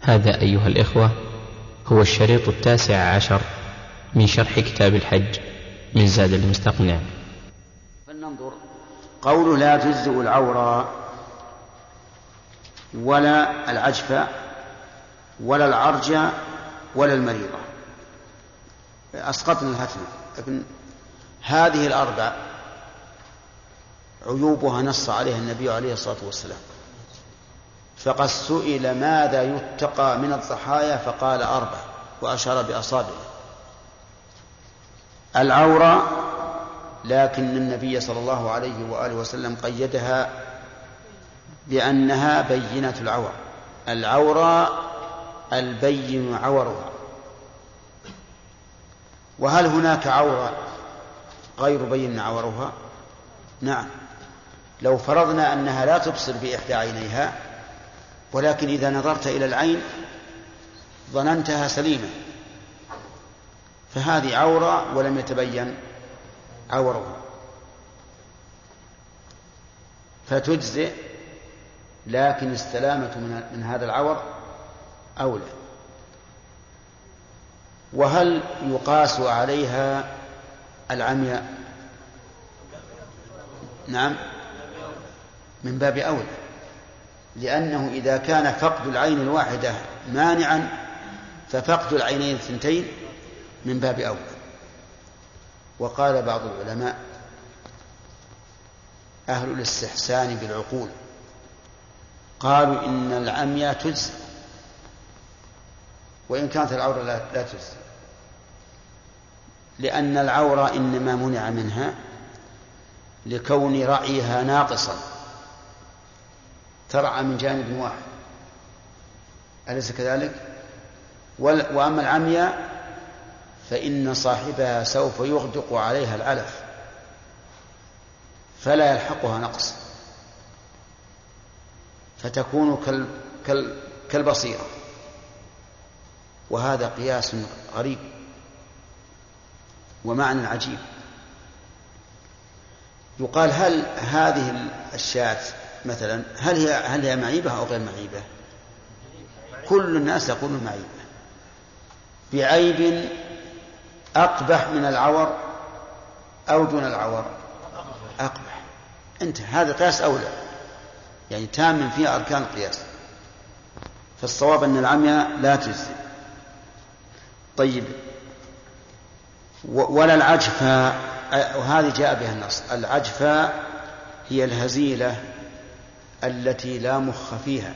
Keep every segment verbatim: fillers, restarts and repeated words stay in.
هذا أيها الإخوة هو الشريط التاسع عشر من شرح كتاب الحج من زاد المستقنع. فلننظر قوله لا تجزئ العورة ولا العجفة ولا العرج ولا المريضة. أسقطنا الهتم، لكن هذه الأربع عيوبها نص عليها النبي عليه الصلاة والسلام، فقد سئل ماذا يتقى من الضحايا فقال أربع وأشار بأصابعه. العورة، لكن النبي صلى الله عليه وآله وسلم قيدها بأنها بينة العور. العورة البين عورها. وهل هناك عورة غير بين عورها؟ نعم، لو فرضنا أنها لا تبصر بإحدى عينيها، ولكن إذا نظرت إلى العين ظننتها سليمة، فهذه عورة ولم يتبين عورها، فتجزئ، لكن السلامة من هذا العور أولى. وهل يقاس عليها العمياء؟ نعم، من باب أولى، لأنه إذا كان فقد العين الواحدة مانعا ففقد العينين الثنتين من باب أولى. وقال بعض العلماء أهل الاستحسان بالعقول قالوا إن العمياء تجزئ وإن كانت العورة لا تجزئ، لأن العورة إنما منع منها لكون رأيها ناقصا، ترعى من جانب واحد، أليس كذلك؟ وأما العمياء فإن صاحبها سوف يغدق عليها العلف فلا يلحقها نقص، فتكون كال كال كالبصيرة. وهذا قياس غريب ومعنى عجيب. يقال هل هذه الشاة مثلا هل هي هل هي معيبة أو غير معيبة؟ كل الناس يقولون معيبة، بعيب أقبح من العور أو دون العور؟ أقبح. أنت هذا قياس أولى، يعني تام فيها أركان القياس. فالصواب أن العمياء لا تجزي. طيب، ولا العجفة، وهذه جاء بها النص. العجفة هي الهزيلة التي لا مخ فيها.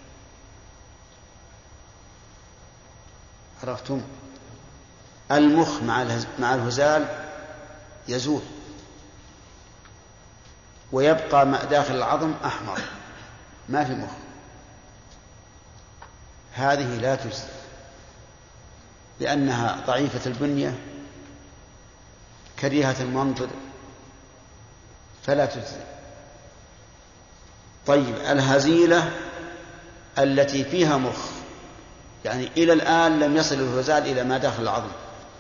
عرفتم؟ المخ مع الهزال يزول ويبقى داخل العظم أحمر، ما في مخ. هذه لا تجزي لأنها ضعيفة البنية كريهة المنظر فلا تجزي. طيب، الهزيلة التي فيها مخ، يعني إلى الآن لم يصل الهزال إلى ما داخل العظم،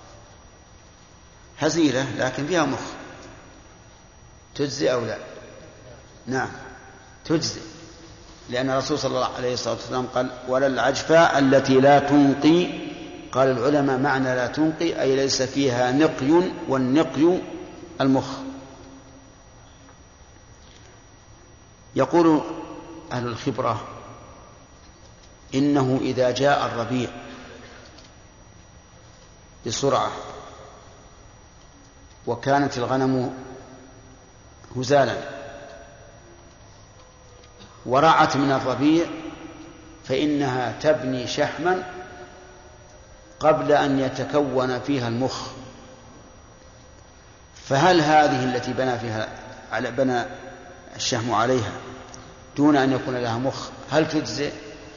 هزيلة لكن فيها مخ، تجزي أو لا؟ نعم تجزي، لأن الرسول صلى الله عليه وسلم قال ولا العجفاء التي لا تنقي. قال العلماء معنى لا تنقي أي ليس فيها نقي، والنقي المخ. يقول أهل الخبرة إنه إذا جاء الربيع بسرعة وكانت الغنم هزالا ورعت من الربيع فإنها تبني شحما قبل أن يتكون فيها المخ. فهل هذه التي بنى فيها على بنى الشحم عليها دون أن يكون لها مخ هل تجزئ؟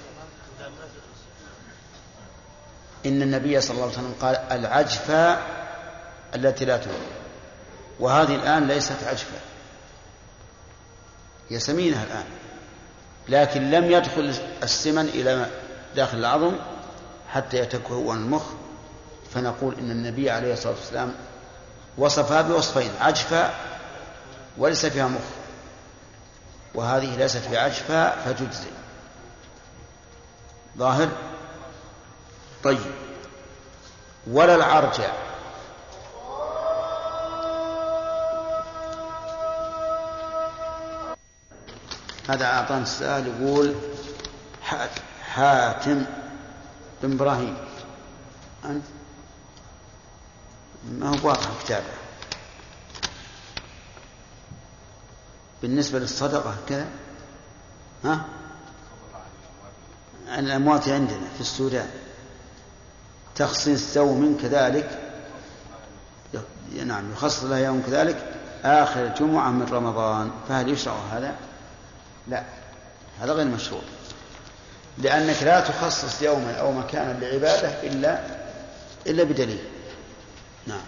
إن النبي صلى الله عليه وسلم قال العجفة التي لا تنقي، وهذه الآن ليست عجفة، هي سمينة الآن، لكن لم يدخل السمن إلى داخل العظم حتى يتكون المخ. فنقول إن النبي عليه الصلاة والسلام وصفها بوصفين، عجفة وليس فيها مخ، وهذه ليست بعجفة فتجزي. ظاهر؟ طيب. ولا العرجة. هذا أعطانا السؤال يقول حاتم بن إبراهيم، أنت ما هو واضح كتابه بالنسبة للصدقة كذا. ها؟ الأموات عندنا في السودان تخصيص يوم كذلك، نعم يخصص لها يوم كذلك آخر جمعة من رمضان، فهل يشرع هذا؟ لا، هذا غير مشروع، لأنك لا تخصص يوما أو مكانا لعبادة إلا إلا بدليل. نعم.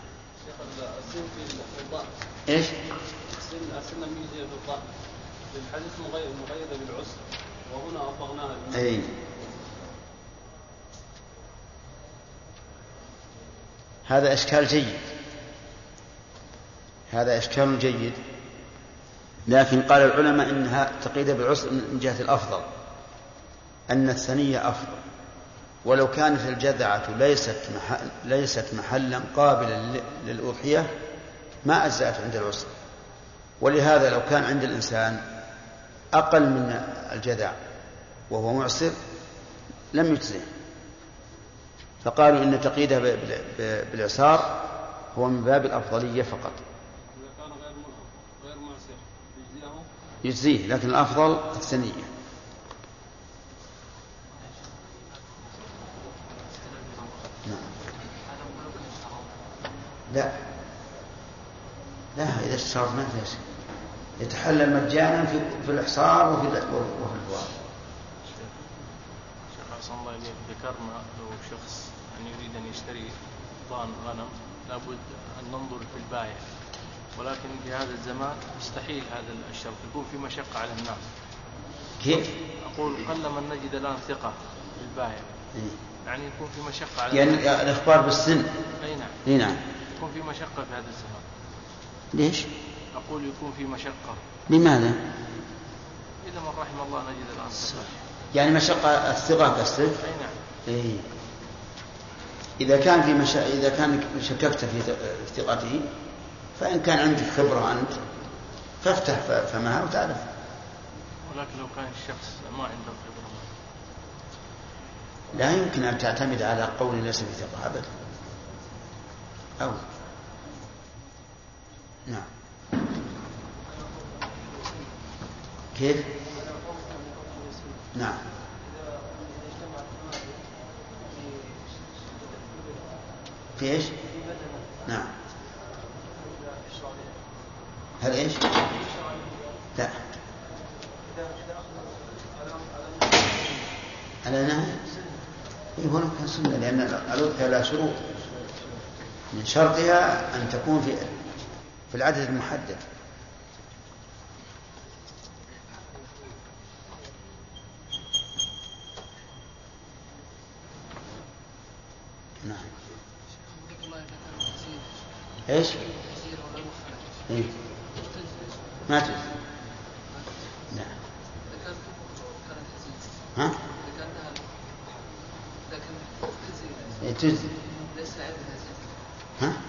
إيش؟ السنة الميزية في الضاء للحديث مقيدة بالعسر، وهنا أطلقناها. أي. هذا إشكال جيد، هذا إشكال جيد، لكن قال العلماء إنها تقيد بالعسر من جهة الأفضل، أن الثنية أفضل، ولو كانت الجذعة ليست محل ليست محلا قابلا للأضحية ما أجزأت عند العسر، ولهذا لو كان عند الإنسان أقل من الجذع وهو معسر لم يجزئ، فقالوا إن تقييدها بالإعسار هو من باب الأفضلية فقط. إذا كان غير معسر يجزيه، لكن الأفضل الثنية. لا لا، إذا اشترط ما في شيء، يتحلل مجانا في, في الإحصار وفي وفي الفوار. شيخ أحسن الله إليك، ذكرنا لو شخص أن يريد أن يشتري ضان غنم لابد أن ننظر في البائع، ولكن في هذا الزمان مستحيل هذا الشرط، يكون في مشقة على الناس. كيف؟ أقول قل من نجد الآن ثقة في البائع، يعني يكون في مشقة على يعني الناس. الإخبار بالسن. أي نعم. أي نعم. يكون في مشقة في هذا الزمان. ليش؟ أقول يكون في مشقة. لماذا؟ إذا من رحم الله نجد الآن ثقة. يعني مشقة الثقة قصدك؟ أي نعم. إيه. إذا كان في مش... إذا كان شككت في ثقته فإن كان عندك خبرة أنت فافتح فمها وتعرف. ولكن لو كان الشخص ما عنده خبرة لا يمكن أن تعتمد على قول ليس بثقة أبدا. أو نعم. كيف؟ نعم. في ايش؟ نعم. هل ايش؟ لا. على نهي؟ إيه هنا كان سنة، لأن الأضحية لا شروط، من شرطها أن تكون في في العدد المحدد. نعم. ايش؟ إيه؟ ما تجوز. لا. ها؟ تجزي. ها؟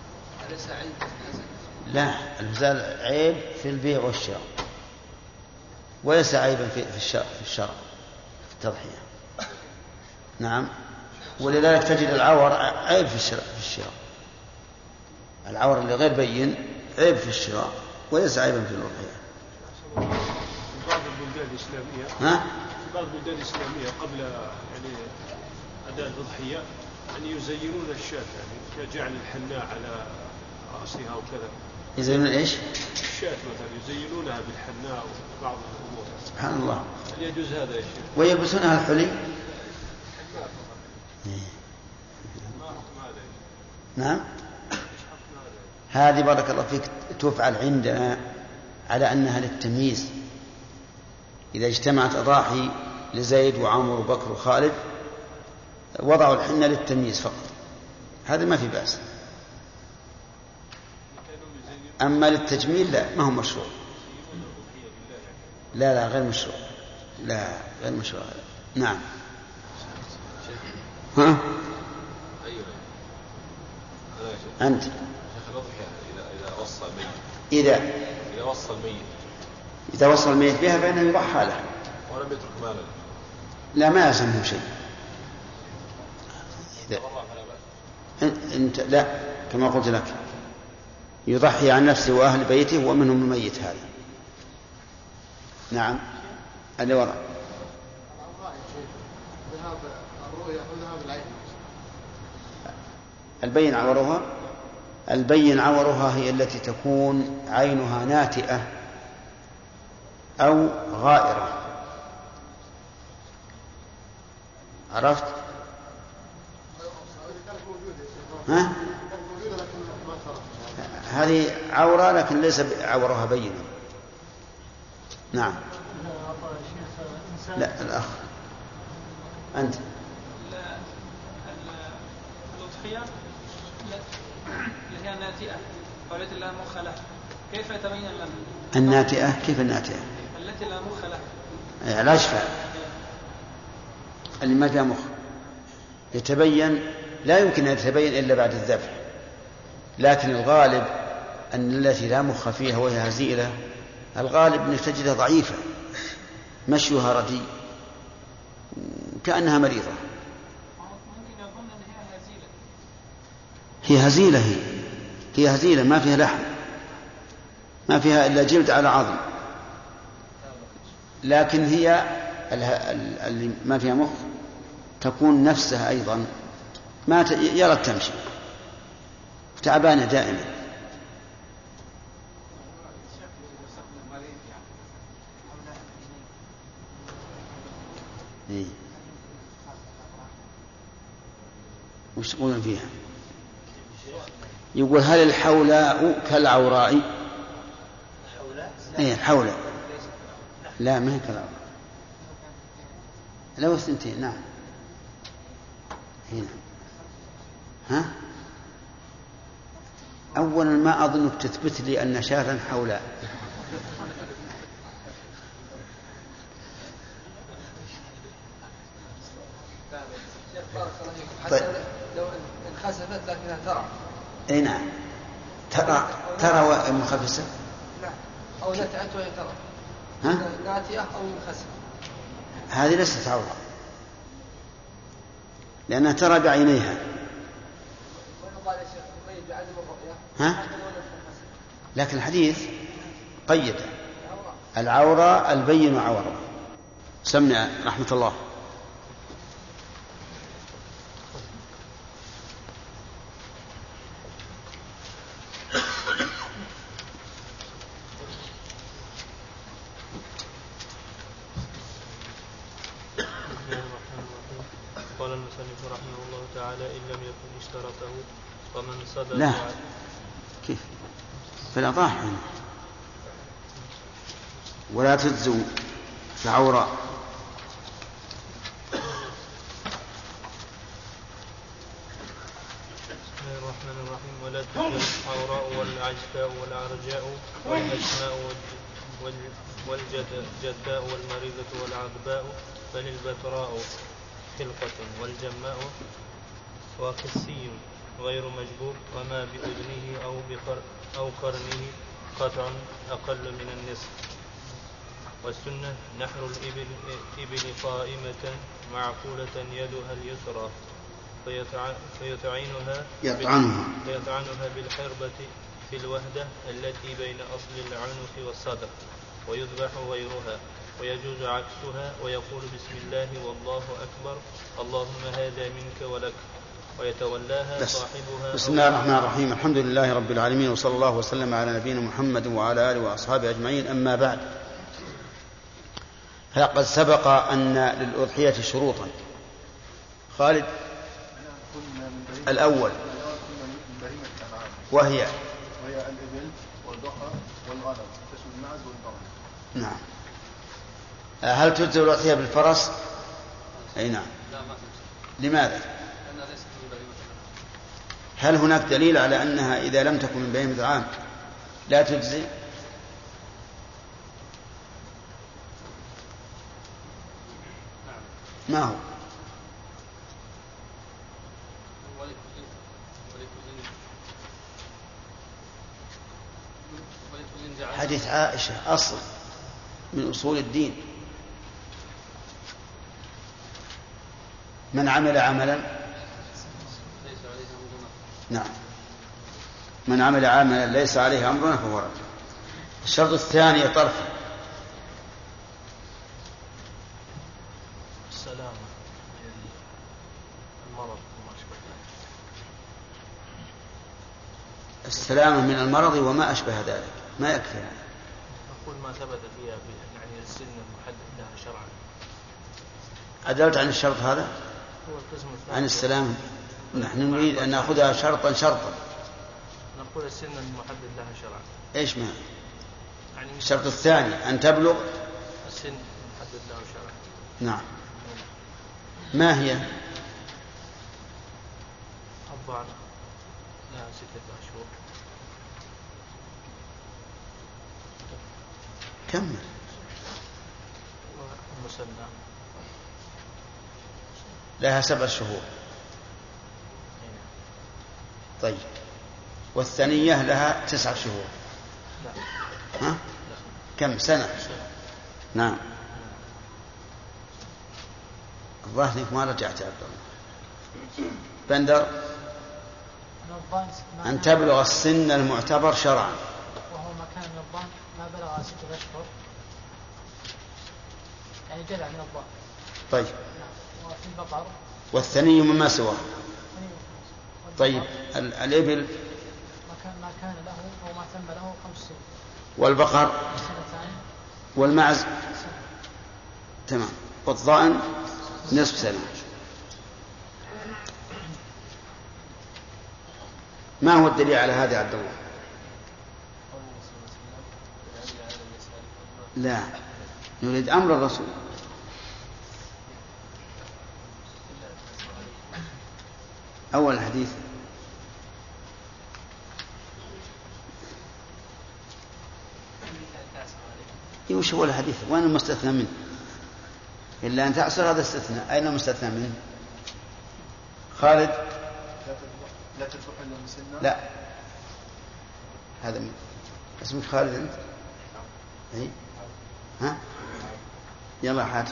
لا، الهزال عيب في البيع والشراء، وليس عيبا في في الشرع في الشرع في التضحية. نعم. ولذلك تجد العور عيب في الشراء في الشراء العور اللي غير بين عيب في الشراء وليس عيبا في الأضحية. في بعض البلدان الإسلامية ها؟ في بعض البلدان الإسلامية قبل يعني أداء الأضحية يعني يزينون الشاة، يعني كجعل الحناء على رأسها وكذا. يزينون ايش؟ الشاة مثلا يزينونها بالحناء وبعض الأمور. سبحان الله. هل يجوز هذا يا شيخ؟ ويلبسونها الحلي؟ ما حكم هذا؟ نعم. هذه بارك الله فيك تفعل عندنا على أنها للتمييز، إذا اجتمعت أضاحي لزيد وعمر وبكر وخالد وضعوا الحنة للتمييز فقط، هذا ما في بأس. أما للتجميل لا، ما هو مشروع. لا لا غير مشروع، لا غير مشروع. نعم. ها؟ أيوة. أنت شيخ الأضحية إذا إذا وصى الميت. إذا إذا وصى الميت. إذا وصل الميت بها فإنه يضحى له. ولم يترك مالا. لا، ما يلزمه شيء. إذا أنت لا، كما قلت لك يضحي عن نفسه وأهل بيته ومنهم الميت هذا. نعم. اللي وراء البين عورها. البين عورها هي التي تكون عينها ناتئة أو غائرة. عرفت؟ ها؟ هذه عورة لكن ليس عورها بينة. نعم. لا، الأخ أنت. الأضحية اللي هي الناتئة والتي لا مخ لها كيف يتبين لنا؟ الناتئة كيف الناتئة؟ التي لا مخ لها. لا يشفع. اللي ما فيها مخ يتبين، لا يمكن أن يتبين إلا بعد الذبح، لكن الغالب أن التي لا مخ فيها وهي هزيلة الغالب أنك تجدها ضعيفة، مشيها رديء كأنها مريضة. ممكن يظن أن هي هزيلة. هي هزيلة، هي هي هزيلة ما فيها لحم، ما فيها إلا جلد على عظم، لكن هي اللي ما فيها مخ تكون نفسها أيضا ما يرى تمشي، تعبانة دائما. إيه. وش تقولون فيها؟ يقول هل الحولاء كالعوراء؟ ايه الحولاء لا ما هي كالعوراء، لو سنتين. نعم هنا. ها أولا ما أظنك تثبت لي أن شاة حولاء. طيب. لو انخسفت لكنها ترى. اي نعم ترى ترى مخفسة. نعم. أو نتأت وهي ترى. ها؟ ناتئة أو منخسفة. هذه ليست عورة لأنها ترى بعينيها. ويقال يا شيخ قيد بعدم الرؤية. ها؟ لكن الحديث قيد العورة البين عورة. سمع رحمة الله. قال المصنف رحمه الله تعالى إن لم يكن اشترطه ومن صدر. لا كيف في الأضاحي ولا تجزو في عوراء. بسم الله الرحمن الرحيم. ولا تجزو العوراء والعجفاء والعرجاء والأجماء والجداء والمريضة والعقباء بل البتراء خلقة والجماء وكسي غير مجبور وما بأذنه أو, أو قرنه قطع أقل من النصف. والسنة نحر الإبل إبل قائمة معقولة يدها اليسرى فيطعنها يطعنها فيطعنها بالحربة في الوهدة التي بين أصل العنق والصدر ويذبح غيرها ويجوز عكسها ويقول بسم الله والله أكبر اللهم هذا منك ولك ويتولاها صاحبها. بسم الله الرحمن الرحيم. الحمد لله رب العالمين وصلى الله وسلم على نبينا محمد وعلى آله وأصحابه أجمعين. أما بعد، فقد سبق أن للأضحية شروطا. خالد الأول وهي وهي الإبل والبقر والغنم تشمل المعز والبقر. نعم. هل تجزي الأضحية بالفرس؟ أي نعم. لماذا؟ هل هناك دليل على أنها إذا لم تكن من بهيمة العام لا تجزي؟ ما هو؟ حديث عائشة أصل من أصول الدين. من عمل عملا نعم من عمل عملا ليس عليه أمرنا فهو رد. الشرط الثاني طرف السلامة من المرض وما أشبه ذلك. السلامة من المرض وما أشبه ذلك ما يكفي. أقول ما ثبت فيها يعني السن المحدد لها شرعا. عدلت عن الشرط هذا عن السلام. نحن نريد أن نأخذها شرطا شرطا. نقول السن المحدد لها شرعا. إيش ما يعني الشرط الثاني أن تبلغ السن المحدد له شرعا. نعم. ما هي؟ الضعنة لها ستة أشهر. كمل. والمسنى لها سبع شهور. طيب والثانية لها تسع شهور. لا. ها؟ كم سنة؟ نعم. الظاهر انك ما رجعت يا عبد الله. بندر أن تبلغ السن المعتبر شرعا. وهو مكان من الظن ما بلغ ستة أشهر يعني جذع من الظن. طيب. نعم. وفي البقر والثني مما سواه. طيب الإبل ما كان له أو ما تم له خمس سنين. والبقر سنتان. والمعز تمام. والضأن نصف سنة. ما هو الدليل على هذا يا عبد الله؟ لا نريد أمر الرسول. أول الحديث وش هو الحديث؟ وين المستثنى منه؟ إلا أن تعصر هذا استثناء. أين المستثنى منه؟ خالد لا تذبح إلا مسنة. لا هذا من اسمك خالد أنت؟ أي ها يلا حاتم.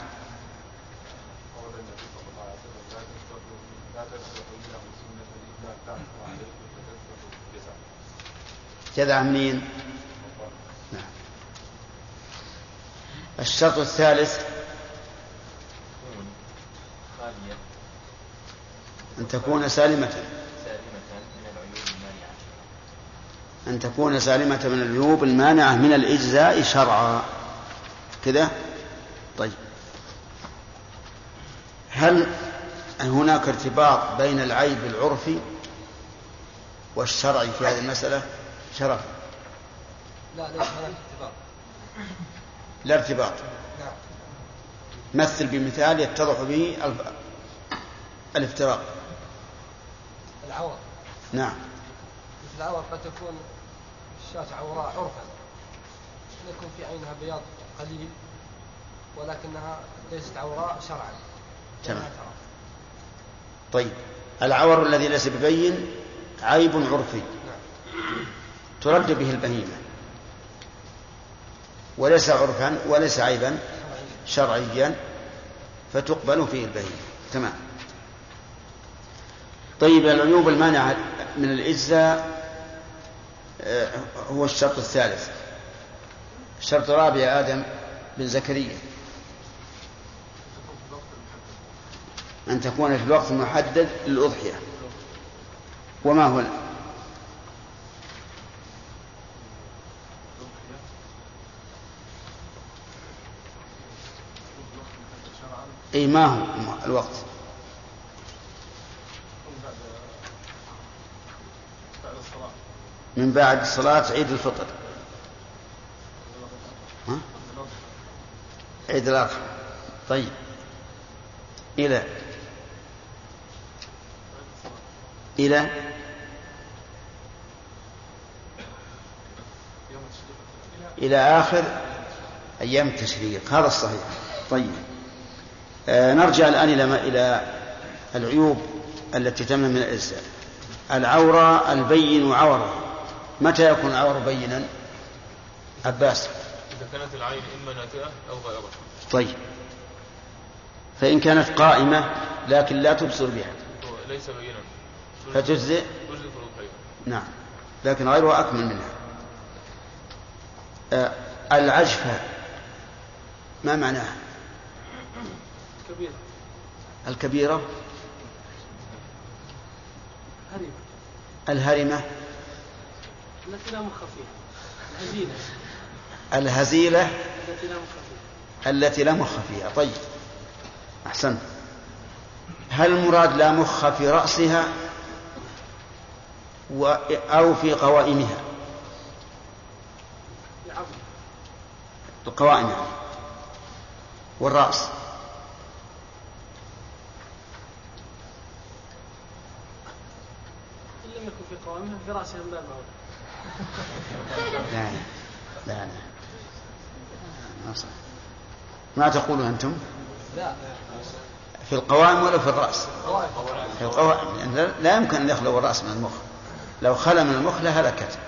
جذع منين؟ نعم. الشرط الثالث أن تكون سالمة أن تكون سالمة من العيوب المانعة من الإجزاء شرعا كذا. طيب هل هناك ارتباط بين العيب العرفي والشرعي في هذه المسألة؟ شرف لا ليس هناك ارتباط. لا ارتباط. نعم. مثل بمثال يتضح به الافتراق. العور. نعم. مثل العور قد تكون الشاة عوراء عرفا يكون في عينها بياض قليل ولكنها ليست عوراء شرعا. تمام. طيب العور الذي ليس ببين عيب عرفي ترد به البهيمة وليس عرفا وليس عيبا شرعيا فتقبل فيه البهيمة. تمام. طيب العيوب المانعة من الإجزاء هو الشرط الثالث. الشرط الرابع يا آدم بن زكريا أن تكون في الوقت المحدد للأضحية. وما هو أي ما هو الوقت؟ من بعد صلاة عيد الفطر. ها؟ عيد الأضحى. طيب إلى إلى إلى آخر أيام التشريق. هذا الصحيح. طيب آه نرجع الآن إلى إلى العيوب التي تمنع من الإجزاء. العورة البين عورة. متى يكون العور بينا؟ عباس. إذا كانت العين إما ناتئة أو غائبة. طيب، فإن كانت قائمة لكن لا تبصر بها ليس بينا فتجزئ. تجزئ في الأضحية. نعم، لكن غيرها أكمل منها. آه العجفة ما معناها؟ كبيرة. الكبيرة. هرمة. الهرمة. التي لا مخ فيها. الهزيلة. الهزيلة التي لا مخ فيها. التي لا مخ فيها. طيب، أحسنت. هل المراد لا مخ في رأسها و... أو في قوائمها؟ القوائم والرأس. إن لم يكن في قوائمها في رأسها من باب أولى. لا لا لا ما صح. ما تقولوا أنتم؟ لا، في القوائم ولا في الرأس؟ في القوائم، يعني لا يمكن أن يخلو الرأس من المخ، لو خلى من المخ لهلكت.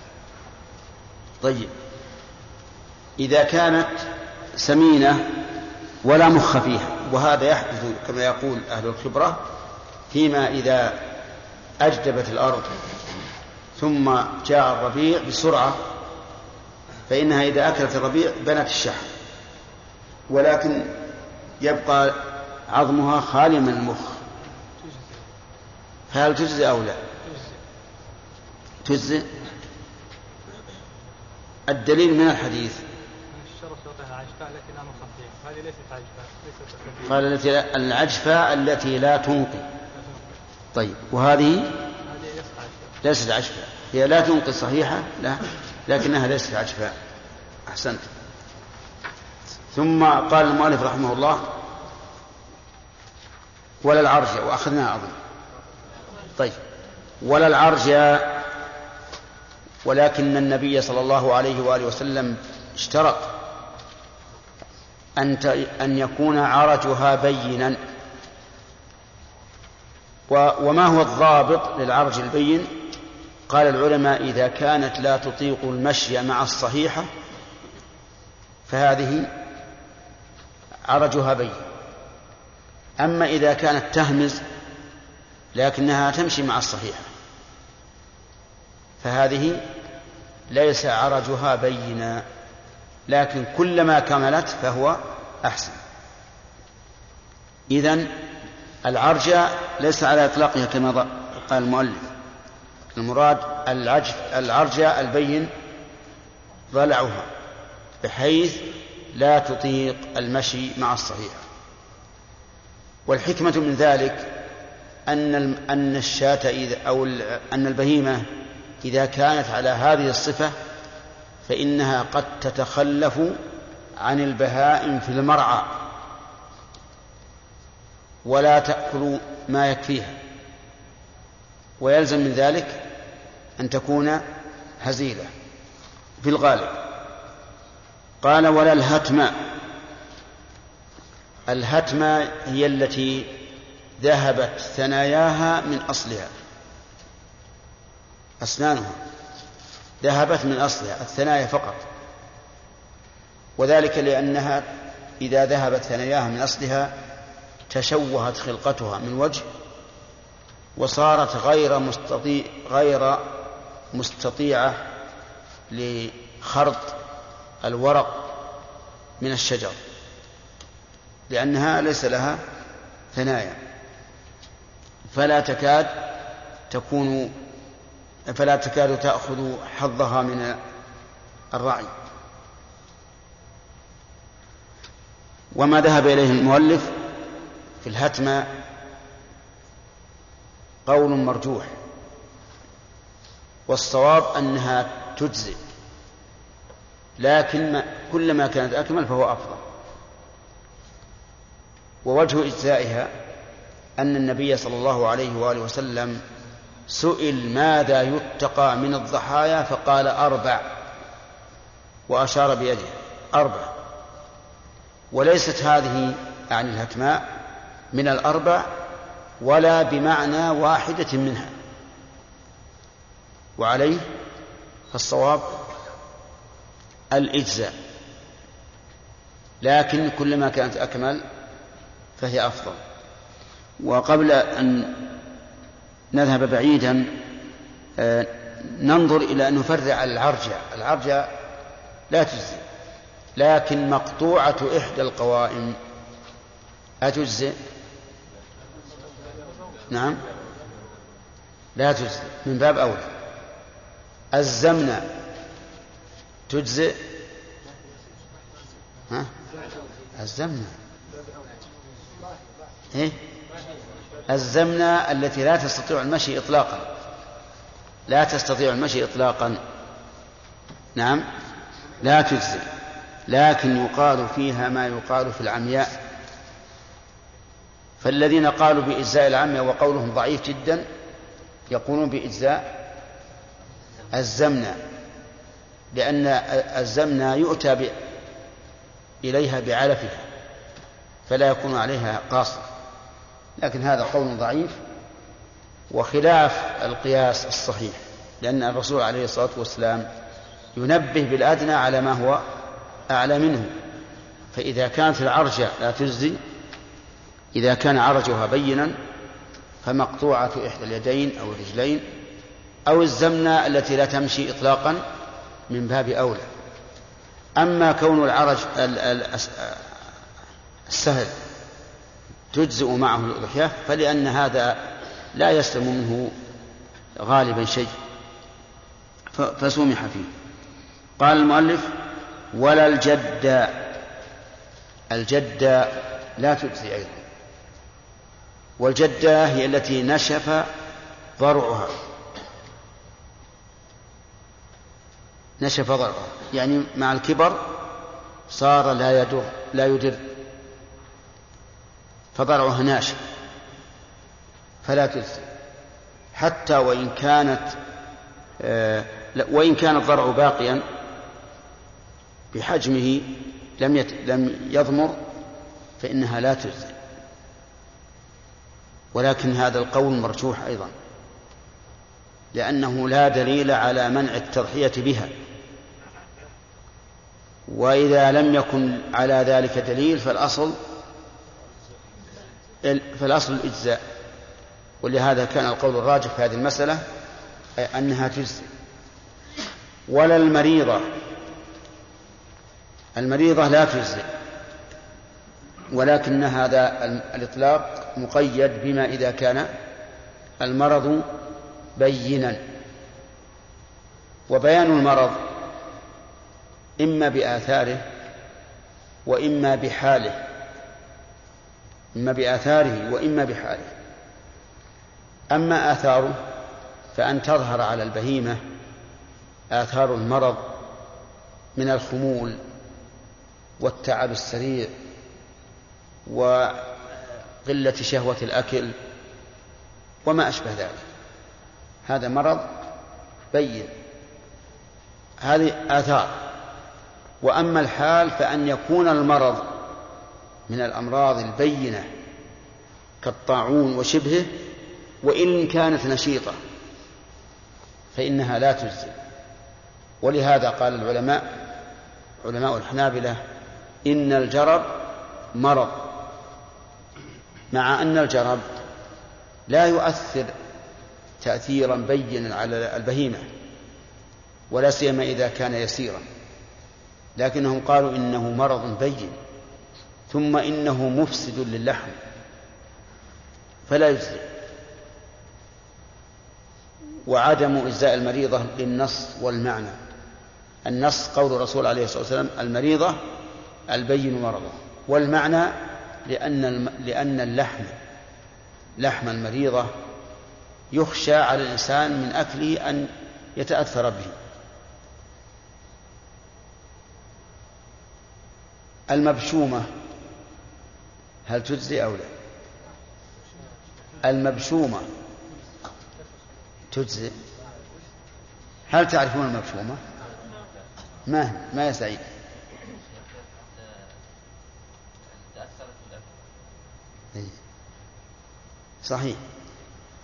طيب، إذا كانت سمينة ولا مخ فيها، وهذا يحدث كما يقول أهل الخبرة فيما إذا أجدبت الأرض ثم جاء الربيع بسرعة، فإنها إذا أكلت الربيع بنت الشحم، ولكن يبقى عظمها خالي من المخ، فهل تجزئ أو لا؟ تجزئ. الدليل من الحديث هذه ليست عجفاء. قال التي العجفاء التي لا تنقي. طيب، وهذه ليست عجفاء، هي لا تنقي صحيحة، لا، لكنها ليست عجفاء. أحسنت. ثم قال المؤلف رحمه الله: ولا العرج، وأخذناها أظن. طيب، ولا العرج، ولكن النبي صلى الله عليه وآله وسلم اشترط أن يكون عرجها بينا. وما هو الضابط للعرج البين؟ قال العلماء: إذا كانت لا تطيق المشي مع الصحيحة فهذه عرجها بين. أما إذا كانت تهمز لكنها تمشي مع الصحيحة فهذه ليس عرجها بينا، لكن كلما كملت فهو أحسن. إذن العرج ليس على إطلاقها كما قال المؤلف، المراد العرج البين ضلعها بحيث لا تطيق المشي مع الصحيح. والحكمة من ذلك أن أن الشاة إذا أو أن البهيمة إذا كانت على هذه الصفة فإنها قد تتخلف عن البهائم في المرعى ولا تأكل ما يكفيها، ويلزم من ذلك أن تكون هزيلة في الغالب. قال: ولا الهتمة. الهتمة هي التي ذهبت ثناياها من أصلها، أسنانها ذهبت من أصلها، الثنايا فقط، وذلك لأنها إذا ذهبت ثناياها من أصلها تشوهت خلقتها من وجه وصارت غير مستطيع غير مستطيعة لخرط الورق من الشجر، لأنها ليس لها ثنايا، فلا تكاد تكون فلا تكاد تأخذ حظها من الرعي. وما ذهب إليه المؤلف في الهتمة قول مرجوح، والصواب أنها تجزئ، لكن كلما كانت أكمل فهو أفضل. ووجه إجزائها أن النبي صلى الله عليه وآله وسلم سئل ماذا يتقى من الضحايا فقال: أربع، وأشار بيده أربع، وليست هذه عن الهتماء من الأربع ولا بمعنى واحدة منها. وعليه فالصواب الإجزاء، لكن كلما كانت أكمل فهي أفضل. وقبل أن نذهب بعيدا ننظر إلى أن نفرع على العرجة. العرجة لا تجزي، لكن مقطوعة إحدى القوائم أتجزي؟ نعم لا تجزي من باب أولى. الزمنة تجزئ؟ ها؟ الزمنة إيه؟ الزمنة التي لا تستطيع المشي إطلاقا، لا تستطيع المشي إطلاقا نعم لا تجزئ، لكن يقال فيها ما يقال في العمياء. فالذين قالوا بإجزاء العمياء وقولهم ضعيف جدا يقولون بإجزاء الزمنة، لأن الزمنة يؤتى ب... إليها بعلفها فلا يكون عليها قاصر، لكن هذا قول ضعيف وخلاف القياس الصحيح، لأن الرسول عليه الصلاة والسلام ينبه بالأدنى على ما هو أعلى منه. فإذا كانت العرجة لا تجزي، إذا كان عرجها بينا فمقطوعة إحدى اليدين أو الرجلين أو الزمنة التي لا تمشي إطلاقا من باب أولى. أما كون العرج السهل تجزئ معه الأضحية فلأن هذا لا يسلم منه غالبا شيء فسمح فيه. قال المؤلف ولا الجدة. الجدة لا تجزي أيضا، والجدة هي التي نشف ضرعها، نشف ضرعها يعني مع الكبر صار لا يدر لا يدر فضرعها ناشف فلا تجزي، حتى وإن كانت آه وإن كان الضرع باقيا بحجمه لم يت لم يضمر فإنها لا تجزي. ولكن هذا القول مرجوح أيضا، لأنه لا دليل على منع التضحية بها، وإذا لم يكن على ذلك دليل فالأصل فالأصل الإجزاء. ولهذا كان القول الراجح في هذه المسألة أنها تجزي. ولا المريضة. المريضة لا تجزي، ولكن هذا الإطلاق مقيد بما إذا كان المرض بينا. وبيان المرض إما بآثاره وإما بحاله، إما بآثاره وإما بحاله. أما آثاره فأن تظهر على البهيمة آثار المرض من الخمول والتعب السريع وقلة شهوة الأكل وما أشبه ذلك، هذا مرض بين، هذه آثار. وأما الحال فأن يكون المرض من الأمراض البينة كالطاعون وشبهه وإن كانت نشيطة فإنها لا تجزي. ولهذا قال العلماء علماء الحنابلة إن الجرب مرض، مع أن الجرب لا يؤثر تأثيرا بينا على البهيمة ولا سيما إذا كان يسيرا، لكنهم قالوا إنه مرض بين، ثم إنه مفسد للحم فلا يجزي. وعدم إجزاء المريضة للنص والمعنى. النص قول الرسول عليه الصلاة والسلام المريضة البين مرضه، والمعنى لأن لأن اللحم لحم المريضة يخشى على الإنسان من أكله أن يتأثر به. المبشومة هل تجزي أو لا؟ المبشومة تجزي. هل تعرفون المبشومة؟ ما ما يا سعيد؟ صحيح.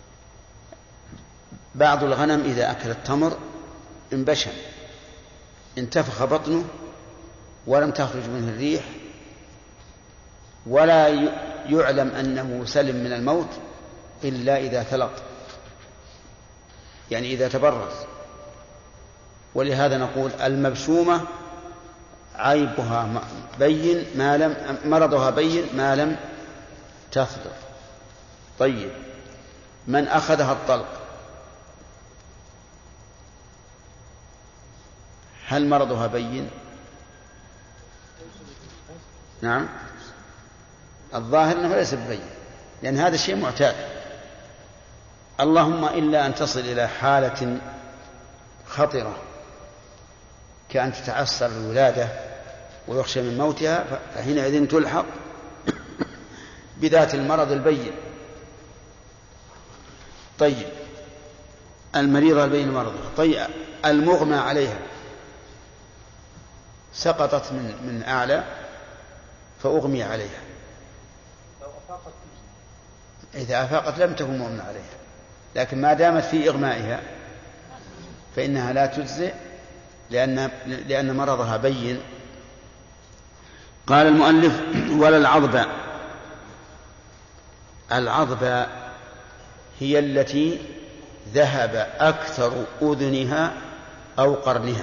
بعض الغنم إذا أكل التمر انبشم انتفخ بطنه ولم تخرج منه الريح ولا يعلم أنه سلم من الموت إلا إذا ثلط، يعني إذا تبرز. ولهذا نقول المبشومة عيبها بين ما لم مرضها بين ما لم تثلط. طيب، من أخذها الطلق هل مرضها بين؟ نعم، الظاهر أنه ليس ببين، لأن هذا الشيء معتاد، اللهم إلا أن تصل إلى حالة خطرة كأن تتعسر الولادة ويخشى من موتها، فحينئذ تلحق بذات المرض البين. طيب، المريضة البين مرضها. طيب، المغمى عليها سقطت من من أعلى فأغمي عليها، إذا أفاقت لم تكن مغمى عليها، لكن ما دامت في إغمائها فإنها لا تجزئ لأن لأن مرضها بين. قال المؤلف: ولا العضبة. العضبة هي التي ذهب أكثر أذنها أو قرنها،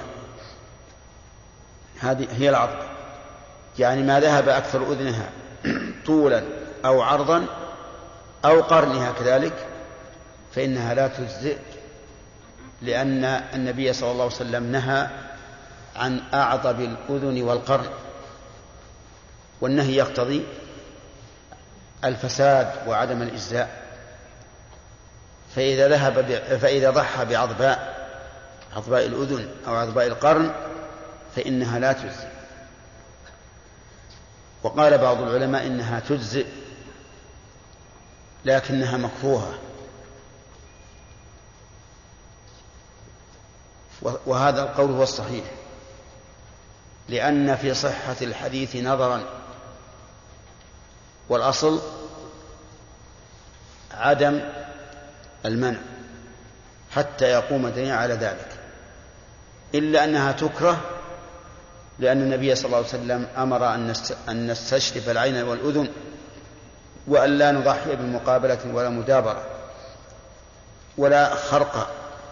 هذه هي العضبة، يعني ما ذهب أكثر أذنها طولا أو عرضا أو قرنها كذلك، فإنها لا تجزئ، لأن النبي صلى الله عليه وسلم نهى عن أعضب الأذن والقرن، والنهي يقتضي الفساد وعدم الإجزاء. فإذا ذهب ب... فإذا ضحى بعضباء عضباء الأذن أو عضباء القرن فإنها لا تجزئ. وقال بعض العلماء إنها تجزئ لكنها مكروهة، وهذا القول هو الصحيح، لأن في صحة الحديث نظرا، والأصل عدم المنع حتى يقوم دليل على ذلك، إلا أنها تكره لأن النبي صلى الله عليه وسلم أمر أن نستشرف العين والأذن وأن لا نضحي بالمقابلة ولا مدابرة ولا خرقة.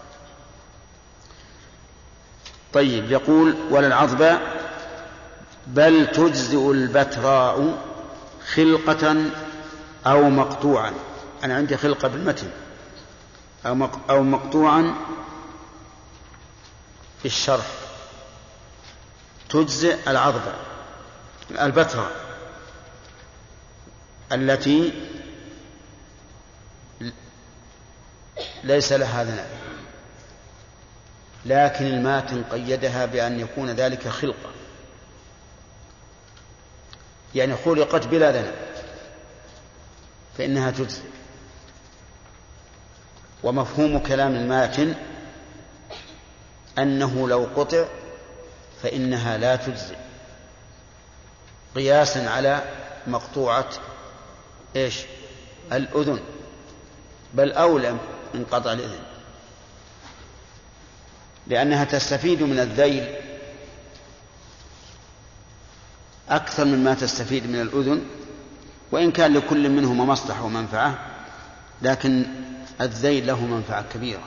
طيب، يقول: ولا العضبة بل تجزئ البتراء خلقة أو مقطوعا. أنا عندي خلقة بالمتن أو مقطوعا في الشرح. تجزئ العضبة البتراء التي ليس لها ذنب، لكن الماتن قيدها بأن يكون ذلك خلقة، يعني خلقت بلا ذنب فإنها تجزئ. ومفهوم كلام الماتن أنه لو قطع فإنها لا تجزئ، قياسا على مقطوعة إيش؟ الأذن، بل أولى من قطع الأذن، لأنها تستفيد من الذيل أكثر مما تستفيد من الأذن، وإن كان لكل منهما مصلحة ومنفعة، لكن الذيل له منفعة كبيرة.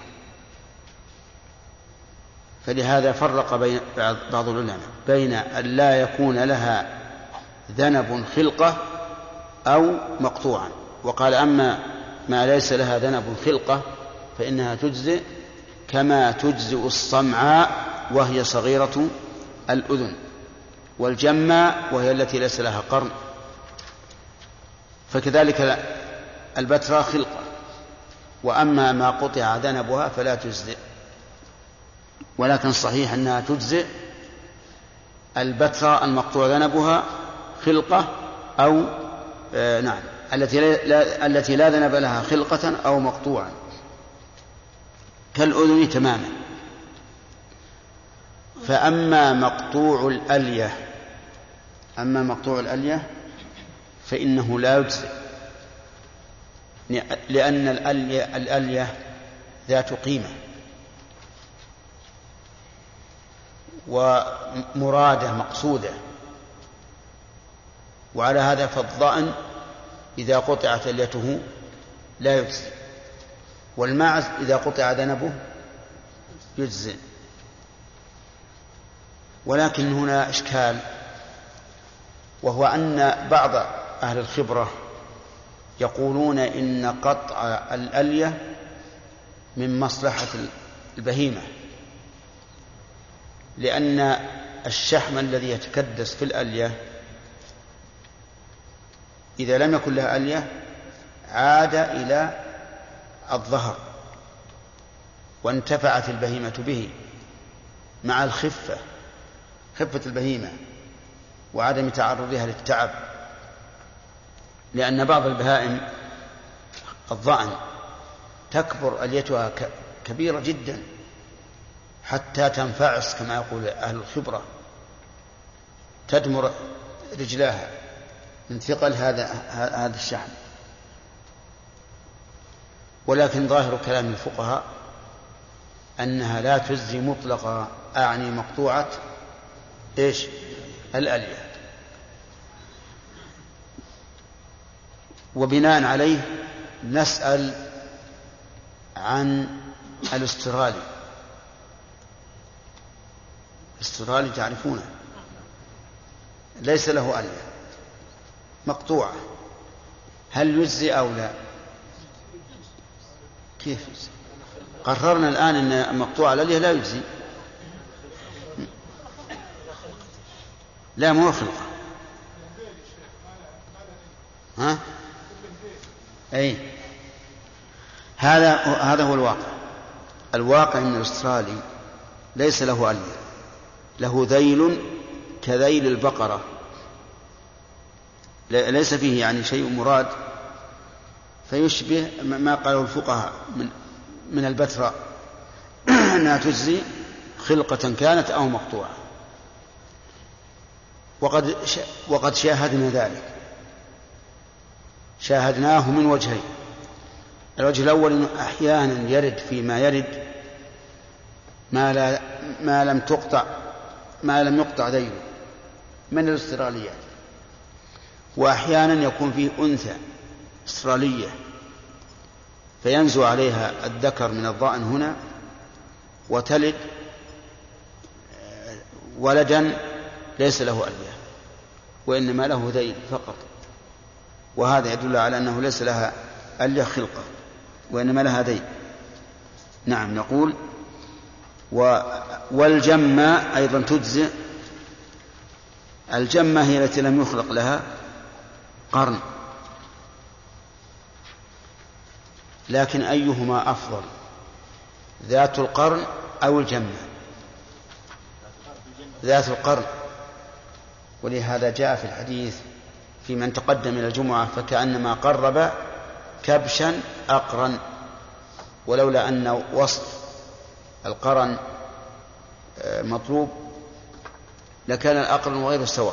فلهذا فرق بين بعض العلماء بين أن لا يكون لها ذنب خلقة أو مقطوعا، وقال: أما ما ليس لها ذنب خلقة فإنها تجزئ كما تجزئ الصمعاء وهي صغيرة الأذن، والجماء وهي التي ليس لها قرن، فكذلك البتراء خلقة. وأما ما قطع ذنبها فلا تجزئ، ولكن صحيح أنها تجزئ البتراء المقطوع ذنبها خلقة أو آه نعم التي لا, التي لا ذنب لها خلقة أو مقطوعا كالأذن تماما. فأما مقطوع الألية أما مقطوع الألية فإنه لا يجزئ، لأن الألية, الألية ذات قيمة، ومرادة مقصودة. وعلى هذا فالضأن إذا قطعت أليته لا يجزي، والماعز إذا قطع ذنبه يجزي. ولكن هنا إشكال، وهو أن بعض أهل الخبرة يقولون إن قطع الألية من مصلحة البهيمة، لأن الشحم الذي يتكدس في الألية إذا لم يكن لها ألية عاد إلى الظهر وانتفعت البهيمة به مع الخفة، خفة البهيمة وعدم تعرضها للتعب، لأن بعض البهائم الضأن تكبر أليتها كبيرة جدا حتى تنفعس كما يقول أهل الخبرة، تدمر رجلاها من ثقل هذا هذا الشحم. ولكن ظاهر كلام الفقهاء أنها لا تجزي مطلقا، أعني مقطوعة إيش الألية. وبناء عليه نسأل عن الاسترالي. الاسترالي تعرفونه ليس له ألية مقطوعة، هل يجزي أو لا؟ كيف قررنا الآن أن مقطوع الألية لا يجزي؟ لا مو خلقة. ها أي هذا هذا هو الواقع. الواقع أن الأسترالي ليس له ألية، له ذيل كذيل البقرة، ليس فيه يعني شيء مراد، فيشبه ما قاله الفقهاء من من البتراء أنها تجزي خلقة كانت أو مقطوعة. وقد وقد شاهدنا ذلك، شاهدناه من وجهين. الوجه الأول أنه أحيانا يرد فيما يرد ما, لا ما لم تقطع ما لم يقطع ذيله من الاستراليات، وأحيانا يكون فيه أنثى استرالية فينزو عليها الذكر من الضأن هنا وتلد ولدا ليس له ألية وإنما له ذيل فقط، وهذا يدل على أنه ليس لها ألية خلقة وإنما لها ذيل. نعم. نقول والجمة أيضا تجزئ. الجمة هي التي لم يخلق لها قرن، لكن أيهما أفضل، ذات القرن أو الجمة؟ ذات القرن. ولهذا جاء في الحديث في من تقدم إلى الجمعة فكأنما قرب كبشا أقرن، ولولا أن وصف القرن مطلوب لكان الأقرن غير سواء.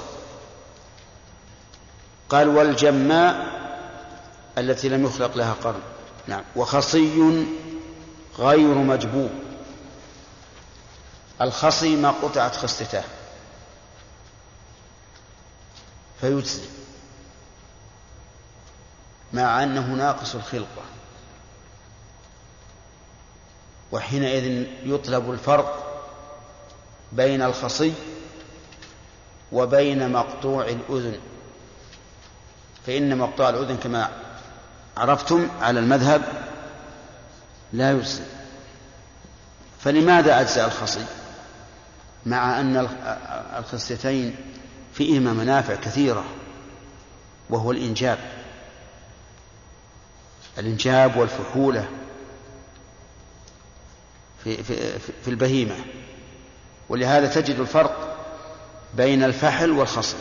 قال والجماء التي لم يخلق لها قرن. نعم. وخصي غير مجبوب. الخصي ما قطعت خصته فيجزي مع أنه ناقص الخلقة، وحينئذ يطلب الفرق بين الخصي وبين مقطوع الأذن، فإن مقطوع الأذن كما عرفتم على المذهب لا يجزي. فلماذا أجزى الخصي مع أن الخصيتين فيهما منافع كثيرة، وهو الإنجاب الإنجاب والفحولة في, في, في البهيمة. ولهذا تجد الفرق بين الفحل والخصي.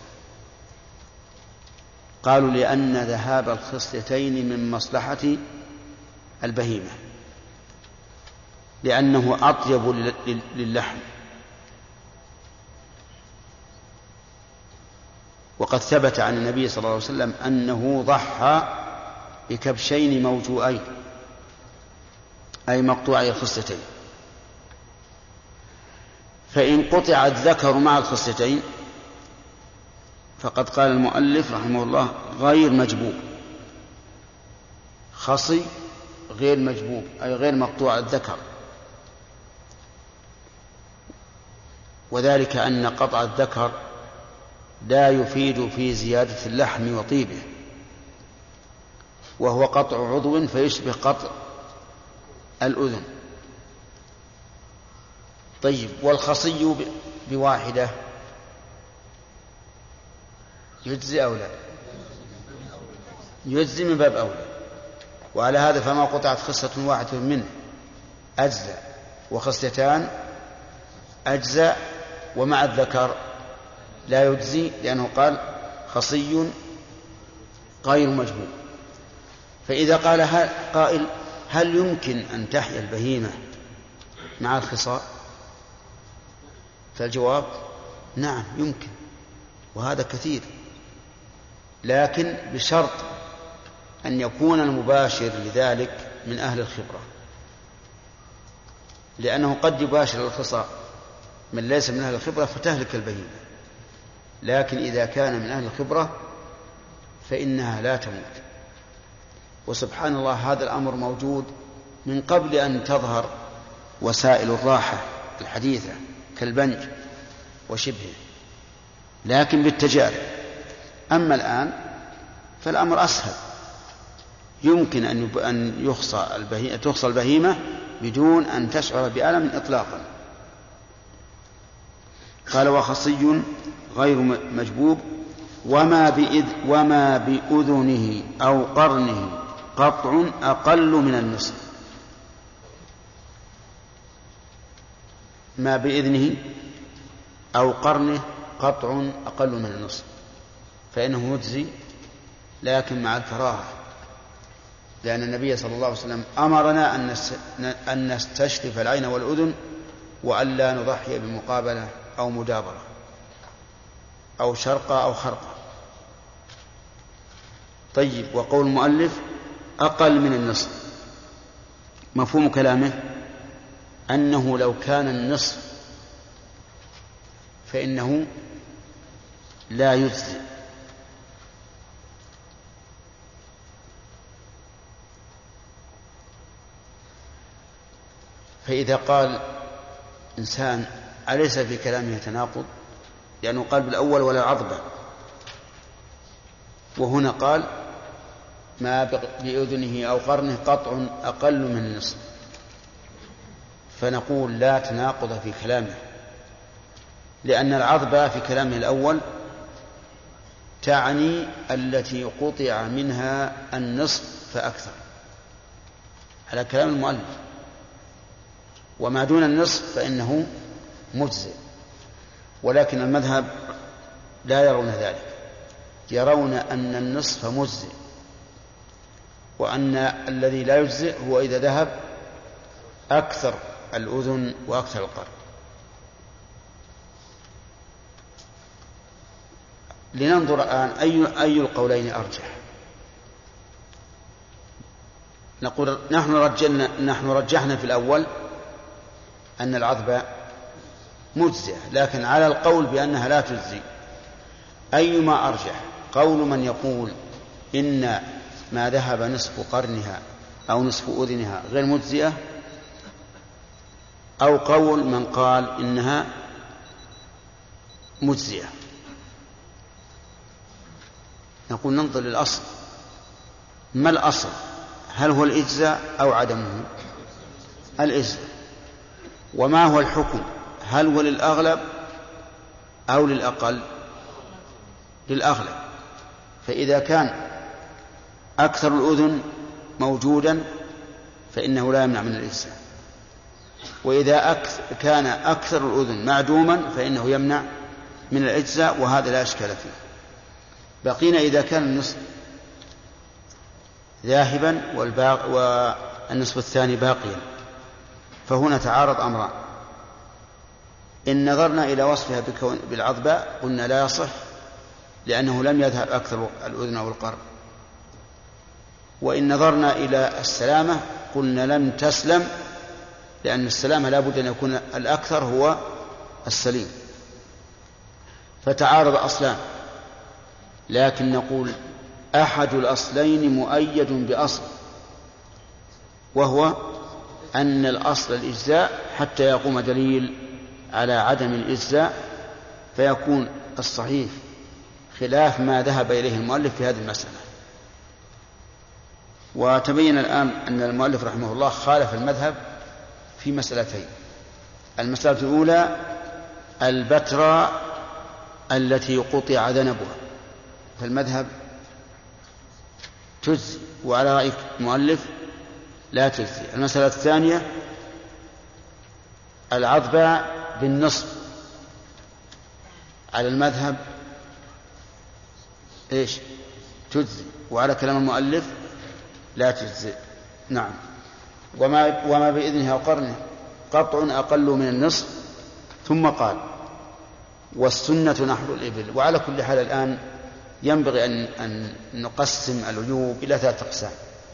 قالوا لأن ذهاب الخصيتين من مصلحة البهيمة، لأنه أطيب للحم. وقد ثبت عن النبي صلى الله عليه وسلم أنه ضحى بكبشين موجوعين أي مقطوعي الخصيتين. فإن قطع الذكر مع الخصيتين فقد قال المؤلف رحمه الله غير مجبوب. خصي غير مجبوب أي غير مقطوع الذكر، وذلك أن قطع الذكر لا يفيد في زيادة اللحم وطيبه، وهو قطع عضو فيشبه قطع الأذن. طيب، والخصي بواحدة يجزي أو لا؟ يجزي من باب أولى. وعلى هذا فما قطعت خصة واحدة منه أجزاء، وخصيتان أجزاء، ومع الذكر لا يجزي لأنه قال خصي غير مجبوب. فإذا قال هل قائل هل يمكن أن تحيا البهيمة مع الخصاء؟ فالجواب نعم يمكن، وهذا كثير، لكن بشرط أن يكون المباشر لذلك من أهل الخبرة، لأنه قد يباشر الخصاء من ليس من أهل الخبرة فتهلك البهيمة، لكن إذا كان من أهل الخبرة فإنها لا تموت. وسبحان الله هذا الأمر موجود من قبل أن تظهر وسائل الراحة الحديثة كالبنج وشبهه، لكن بالتجارب. أما الآن فالأمر أسهل، يمكن أن يخصى البهيمة تخصى البهيمة بدون أن تشعر بألم إطلاقا. قال وخصي غير مجبوب وما بإذ وما بأذنه أو قرنه قطع أقل من النصف. ما بإذنه أو قرنه قطع أقل من النصف، فإنه يجزي لكن مع الكراهة، لأن النبي صلى الله عليه وسلم أمرنا أن نستشرف العين والأذن وأن لا نضحي بمقابلة أو مدابرة أو شرقة أو خرقة. طيب، وقول المؤلف أقل من النصف، مفهوم كلامه أنه لو كان النصف فإنه لا يجزي، فإذا قال إنسان أليس في كلامه تناقض؟ لأنه قال بالأول ولا عضبة، وهنا قال ما بأذنه أو قرنه قطع أقل من النصف، فنقول لا تناقض في كلامه، لأن العضبة في كلامه الأول تعني التي قطع منها النصف فأكثر على كلام المؤلف، وما دون النصف فإنه مجزئ. ولكن المذهب لا يرون ذلك، يرون أن النصف مجزئ، وأن الذي لا يجزئ هو إذا ذهب أكثر الأذن وأكثر القرن. لننظر الآن أي, أي القولين أرجح. نقول نحن رجحنا, نحن رجحنا في الأول أن العضبة مجزئة، لكن على القول بأنها لا تجزي أيما أرجح؟ قول من يقول إن ما ذهب نصف قرنها أو نصف أذنها غير مجزئة، أو قول من قال إنها مجزئة؟ نقول ننظر للأصل. ما الأصل؟ هل هو الإجزاء أو عدمه؟ الإجزاء. وما هو الحكم؟ هل هو للأغلب أو للأقل؟ للأغلب. فإذا كان أكثر الأذن موجودا فإنه لا يمنع من الإجزاء، وإذا أكثر كان أكثر الأذن معدوما فإنه يمنع من الإجزاء، وهذا لا إشكال فيه. بقينا إذا كان النصف ذاهبا والنصف الثاني باقيا، فهنا تعارض أمران. إن نظرنا إلى وصفها بالعضبة قلنا لا يصح لأنه لم يذهب أكثر الأذن أو القرن، وإن نظرنا إلى السلامة قلنا لم تسلم، لأن السلامة لا بد أن يكون الأكثر هو السليم. فتعارض أصلان، لكن نقول أحد الأصلين مؤيد بأصل، وهو أن الأصل الإجزاء حتى يقوم دليل على عدم الإجزاء، فيكون الصحيح خلاف ما ذهب إليه المؤلف في هذه المسألة. وتبين الآن أن المؤلف رحمه الله خالف المذهب في مسألتين. المسألة الأولى البتراء التي قطع ذنبها، فالمذهب تجزي، وعلى رأي المؤلف لا تجزي. المسألة الثانية العضباء بالنصف، على المذهب إيش تجزي، وعلى كلام المؤلف لا تجزي. نعم. وما, وما بإذنها وقرنه قطع أقل من النصف. ثم قال والسنة نحر الإبل. وعلى كل حال الآن ينبغي أن, أن نقسم العيوب إلى ثلاثة أقسام.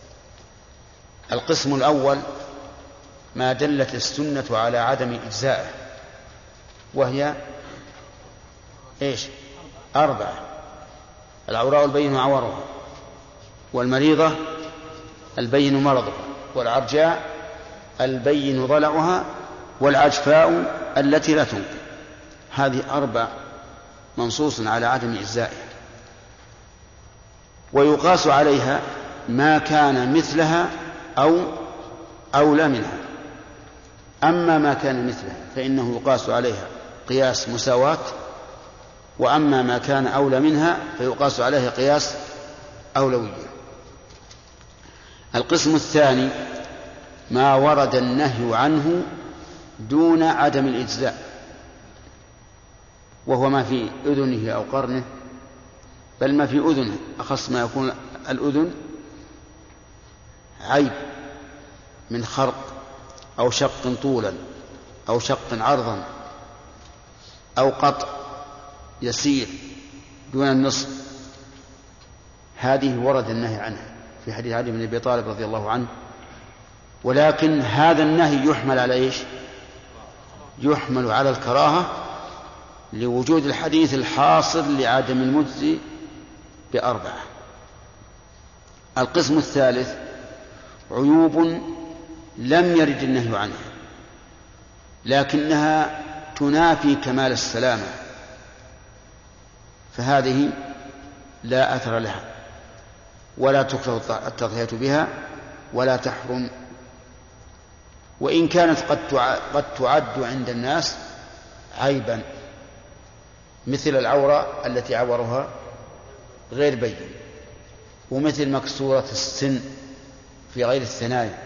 القسم الأول ما دلت السنة على عدم إجزائه، وهي إيش أربعة: العوراء البين عورها، والمريضة البين مرضها، والعرجاء البين ضلعها، والعجفاء التي لا تنقي. هذه أربع منصوص على عدم إجزائها، ويقاس عليها ما كان مثلها أو أولى منها. أما ما كان مثلها فإنه يقاس عليها قياس مساواة، وأما ما كان أولى منها فيقاس عليه قياس أولوية. القسم الثاني ما ورد النهي عنه دون عدم الإجزاء، وهو ما في أذنه أو قرنه، بل ما في أذنه أخص ما يكون الأذن عيب من خرق أو شق طولا أو شق عرضا أو قطع يسير دون النصف، هذه ورد النهي عنها في حديث علي بن أبي طالب رضي الله عنه. ولكن هذا النهي يحمل على إيش؟ يحمل على الكراهة لوجود الحديث الحاصل لعدم المجزي بأربعة. القسم الثالث عيوب لم يرد النهي عنها لكنها تنافي كمال السلامة، فهذه لا أثر لها ولا تكره التضحية بها ولا تحرم، وإن كانت قد تعد عند الناس عيبا، مثل العورة التي عورها غير بين، ومثل مكسورة السن في غير الثنايا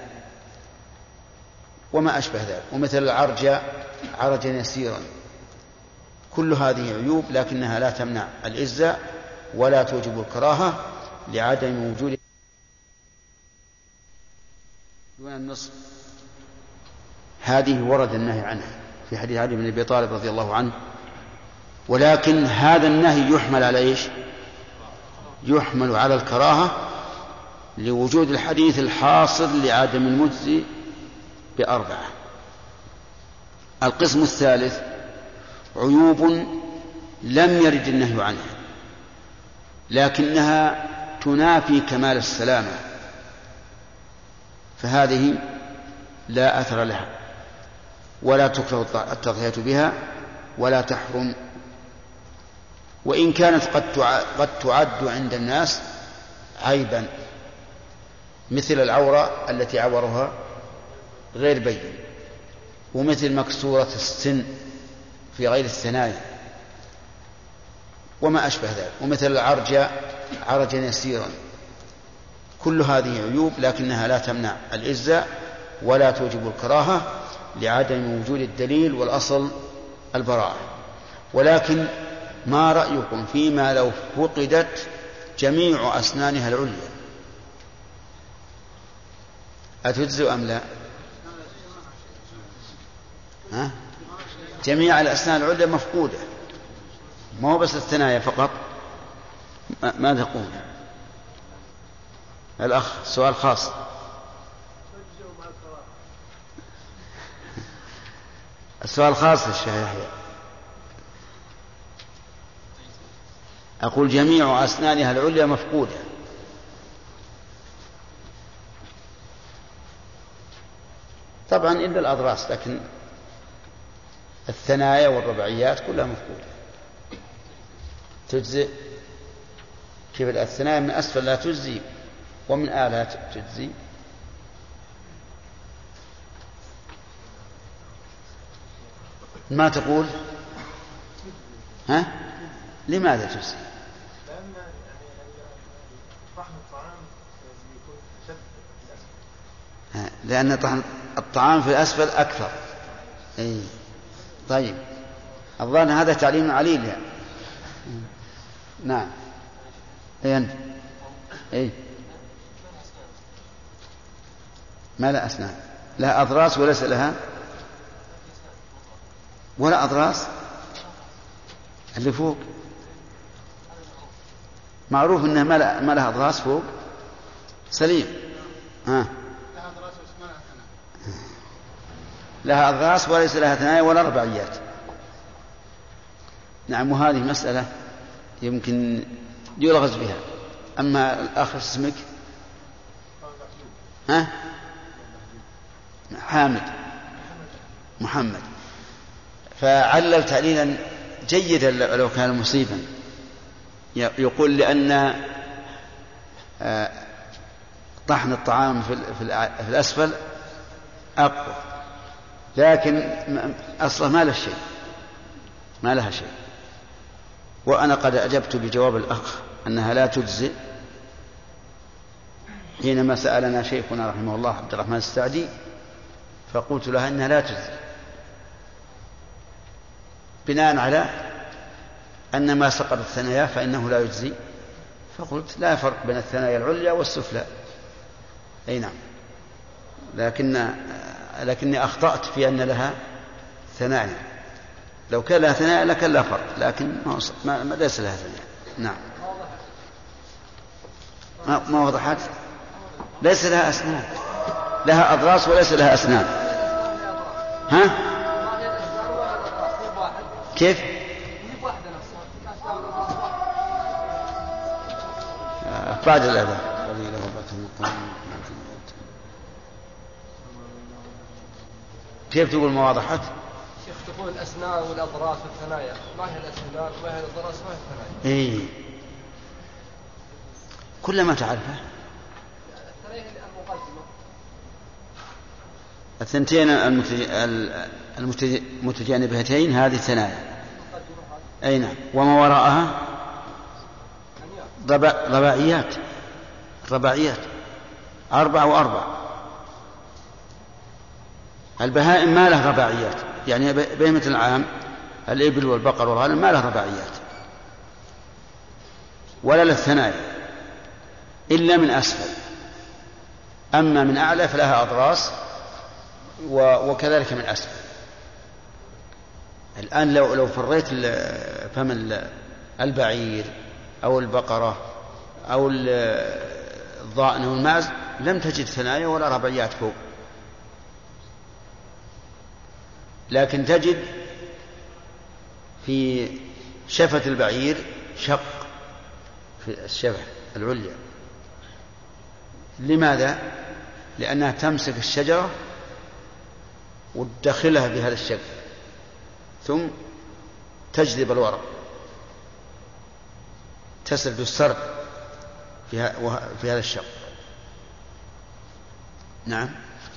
وما أشبه ذلك، ومثل العرج عرجا يسيرا. كل هذه عيوب لكنها لا تمنع الإجزاء ولا توجب الكراهة لعدم وجود دون النصف. هذه ورد النهي عنها في حديث علي بن أبي طالب رضي الله عنه. ولكن هذا النهي يحمل على إيش؟ يحمل على الكراهة لوجود الحديث الحاصل لعدم المجزي بأربعة. القسم الثالث عيوب لم يرد النهي عنها لكنها تنافي كمال السلامة، فهذه لا أثر لها ولا تكره التضحية بها ولا تحرم، وإن كانت قد تعد عند الناس عيبا، مثل العورة التي عورها غير بين، ومثل مكسورة السن في غير الثنايا وما أشبه ذلك، ومثل العرج عرجا يسيرا. كل هذه عيوب لكنها لا تمنع الإجزاء ولا توجب الكراهة لعدم وجود الدليل والأصل البراءة. ولكن ما رأيكم فيما لو فقدت جميع أسنانها العليا، أتجزئ أم لا؟ ها؟ جميع الأسنان العليا مفقودة، ما هو بس الثنايا فقط. ما تقول الأخ؟ سؤال خاص. السؤال خاص للشيخ يحيى. أقول جميع أسنانها العليا مفقودة. طبعا إلا الأضراس، لكن الثنايا والرباعيات كلها مفقودة تجزئ. كيف الثنايا من أسفل لا تجزي ومن أعلى تجزي؟ ما تقول؟ ها؟ لماذا تجزي؟ لأن طحن الطعام يكون أشد في الأسفل. لأن طحن الطعام في الأسفل أكثر. أي. طيب الظاهر هذا تعليم عليل يعني. نعم. أي أي ما لا أسنان، لها أضراس وليس لها ولا أضراس. اللي فوق معروف أنها ما لها, ما لها أضراس فوق. سليم. ها. لها أضراس وليس لها ثنايا ولا رباعيات. نعم. وهذه مسألة يمكن يلغز بها. أما الآخر اسمك؟ ها؟ حامد محمد. فعلل تعليلا جيدا لو كان مصيبا. يقول لأن طحن الطعام في الأسفل أقوى، لكن أصلا ما له شيء، ما لها شيء. وأنا قد أجبت بجواب الأخ أنها لا تجزئ حينما سألنا شيخنا رحمه الله عبد الرحمن السعدي، فقلت لها أنها لا تجزئ بناء على أن ما سقط الثنايا فإنه لا يجزي. فقلت لا فرق بين الثنايا العليا والسفلى. أي نعم. لكن لكني أخطأت في أن لها ثنايا. لو كان لها ثنايا لكان لا فرق، لكن ما, ما ليس لها ثنايا. نعم. ما, ما وضحت. ليس لها أسنان، لها أضراس وليس لها أسنان. ها؟ كيف؟ بعد الأذان. كيف تقول ما وضحت؟ شيخ تقول الأسنان والأضراس والثنايا، ما هي الأسنان وما هي الأضراس وما هي الثنايا؟ إيه كل ما تعرفه. الثنايا المقدمة. الثنتين المتجانبتين هذه ثنايا. أي نعم. وما وراءها رباعيات. رباعيات أربعة وأربعة. البهائم ما له رباعيات، يعني بهيمة العام الإبل والبقر والغنم ما له رباعيات ولا للثنايا إلا من أسفل. أما من أعلى فلها أضراس وكذلك من أسفل. الآن لو لو فريت فم البعير أو البقرة أو الضأن أو الماعز لم تجد ثنايا ولا رباعيات فوق، لكن تجد في شفة البعير شق في الشفة العليا. لماذا؟ لأنها تمسك الشجرة وتدخلها بهذا الشق ثم تجذب الورق، تسرد السرد في هذا الشق. نعم.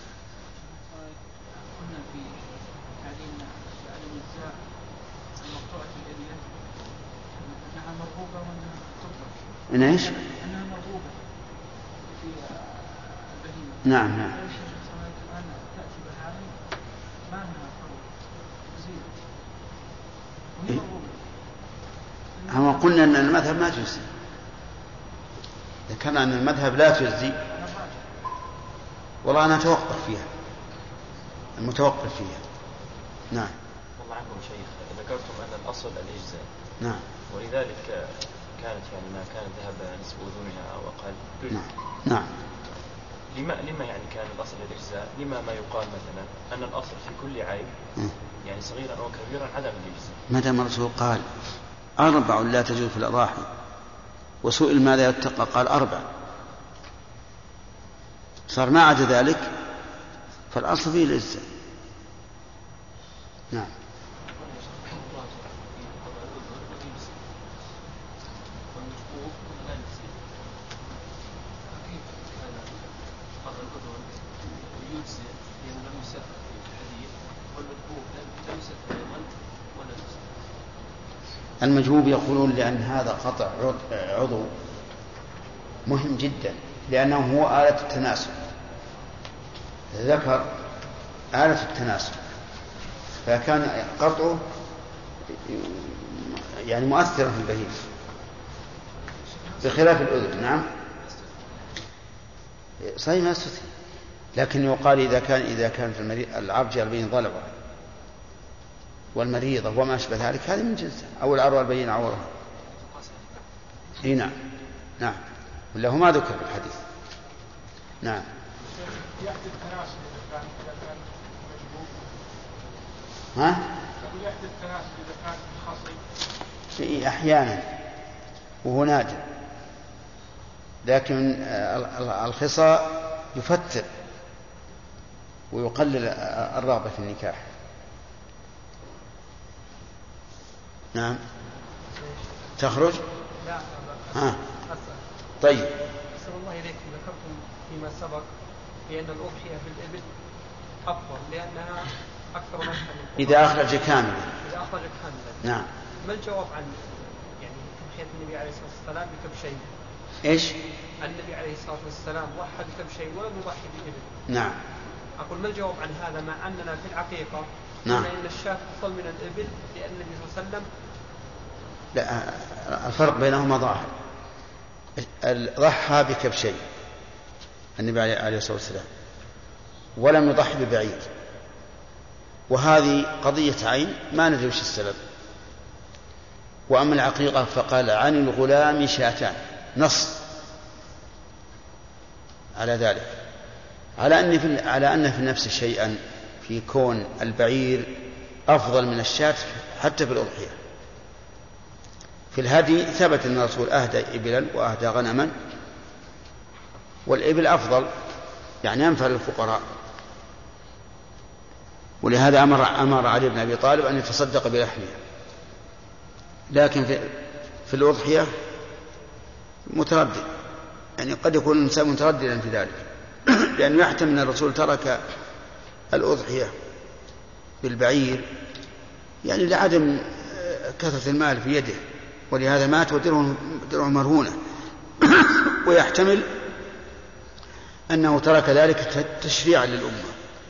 إن إيش؟ أنها مرغوبة في البهيمة. نعم نعم. تأتي بهائم ما لها فرق زين وهي مرغوبة. هم قلنا أن المذهب ما تجزي. إذا كان أن المذهب لا تجزي والله أنا أتوقف فيها، المتوقف فيها. نعم. والله عنكم شيخ، ذكرتم أن الأصل الإجزاء. نعم. ولذلك كانت يعني ما كان ذهب نصف أذنها أو أقل. نعم. نعم. لما لما يعني كان الأصل الإجزاء؟ لما ما يقال مثلا أن الأصل في كل عيب يعني صغيرا أو كبيرا عدم الإجزاء؟ ما دام الرسول قال أربع لا تجوز في الأضاحي، وسئل ماذا يتقى قال أربع، صار ما عدا ذلك فالأصل فيه الإجزاء. نعم. المجهوب يقولون لأن هذا قطع عضو مهم جدا، لأنه هو آلة التناسل، ذكر آلة التناسل، فكان قطعه يعني مؤثرا في البهيم بخلاف الأذن. نعم صحيح ما استثني، لكن يقال إذا كان إذا كانت العرجة البين ضلعها والمريضة وما أشبه ذلك هذه من جنسها، أو العروة البين عورها. إيه نعم نعم، ولا هو ما ذكر في الحديث. نعم. يحدث تناسل إذا كان إذا كان مجبور. ها؟ يقول يحدث تناسل إذا كان خصي. إيه أحيانا وهو نادر، لكن الخصاء يفتر ويقلل الرغبة في النكاح. نعم. تخرج؟ لا. ها. طيب. أسأل الله إليكم، ذكرتم فيما سبق بأن الأضحية في الإبل أفضل لأنها أكثر نفعا إذا أخرج كاملا. إذا أخرج كاملا. نعم. ما الجواب عن يعني تضحية النبي عليه الصلاة والسلام بكبشين؟ إيش؟ النبي عليه الصلاة والسلام ضحى بكبشين ولم يضحي بالإبل. نعم. أقول ما الجواب عن هذا مع أننا في الحقيقة نعم. إن الشاة أفضل من الإبل لأن النبي صلى الله عليه وسلم. لا، الفرق بينهما ظاهر. ضحى بكبشين النبي عليه الصلاة والسلام ولم يضحي ببعير، وهذه قضية عين ما ندري وش السبب. وأما العقيقة فقال عن الغلام شاتان، نص على ذلك، على أن في على أن في النفس شيئا في كون البعير أفضل من الشاة حتى في الأضحية. في الهدي ثبت أن الرسول أهدى إبلا وأهدى غنما، والإبل أفضل يعني أنفع للفقراء، ولهذا أمر أمر علي بن أبي طالب أن يتصدق بلحمها. لكن في, في الأضحية متردد، يعني قد يكون الإنسان مترددا في ذلك لأنه يحتمل أن الرسول ترك الأضحية بالبعير يعني لعدم كثرة المال في يده، ولهذا مات ودرعه مرهونة ويحتمل أنه ترك ذلك تشريعا للأمة.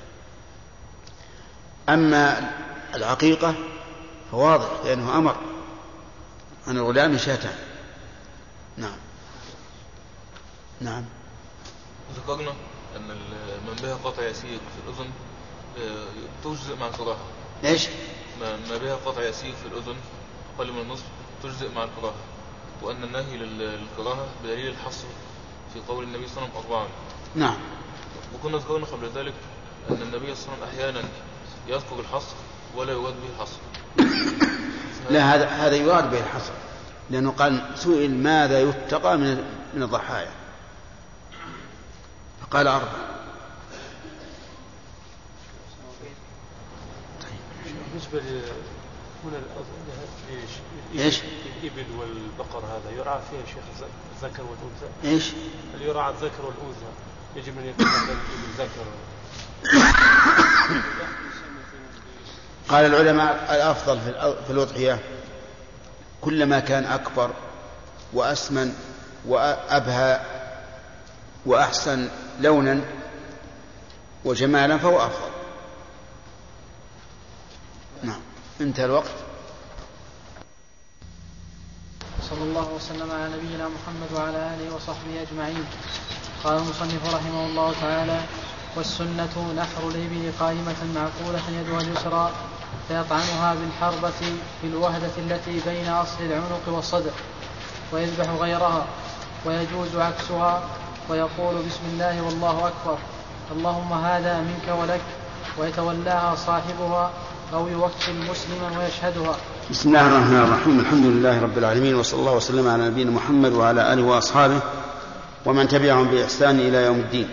أما العقيقة فواضح لأنه أمر عن الغلام شاتان. نعم نعم. ذكرنا أن من بها قطع يسير في الأذن تجزئ مع الكراهة. إيش؟ ما بها قطع يسير في الأذن أقل من النصف تجزئ مع الكراهة، وأن النهي للكراهة بدليل الحصر في قول النبي صلى الله عليه وسلم أربعا. نعم. وكنا ذكرنا قبل ذلك أن النبي صلى الله عليه وسلم أحيانا يذكر الحصر ولا يراد به الحصر. لا، هذا هذا يراد به الحصر، لأنه قال سئل ماذا يتقى من من الضحايا فقال أربع. بالنسبة هنا ايش؟ الإبل والبقر هذا يرعى فيها شيخ الذكر والأنثى. ايش؟ اللي يرعى الذكر والأنثى يجب أن يكون مثلا الذكر. قال العلماء الأفضل في الأضحية كلما كان أكبر وأسمن وأبهى وأحسن لونا وجمالا فهو أفضل. نعم. انتهى الوقت. صلى الله وسلم على نبينا محمد وعلى آله وصحبه أجمعين. قال المصنف رحمه الله تعالى: والسنة نحر الإبل قائمة معقولة يدها اليسرى فيطعنها بالحربة في الوهدة التي بين أصل العنق والصدر ويذبح غيرها، ويجوز عكسها ويقول بسم الله والله أكبر اللهم هذا منك ولك، ويتولاها صاحبها أو يوكل مسلما ويشهدها. بسم الله الرحمن الرحيم. الحمد لله رب العالمين، وصلى الله وسلم على نبينا محمد وعلى آله وأصحابه ومن تبعهم بإحسان إلى يوم الدين.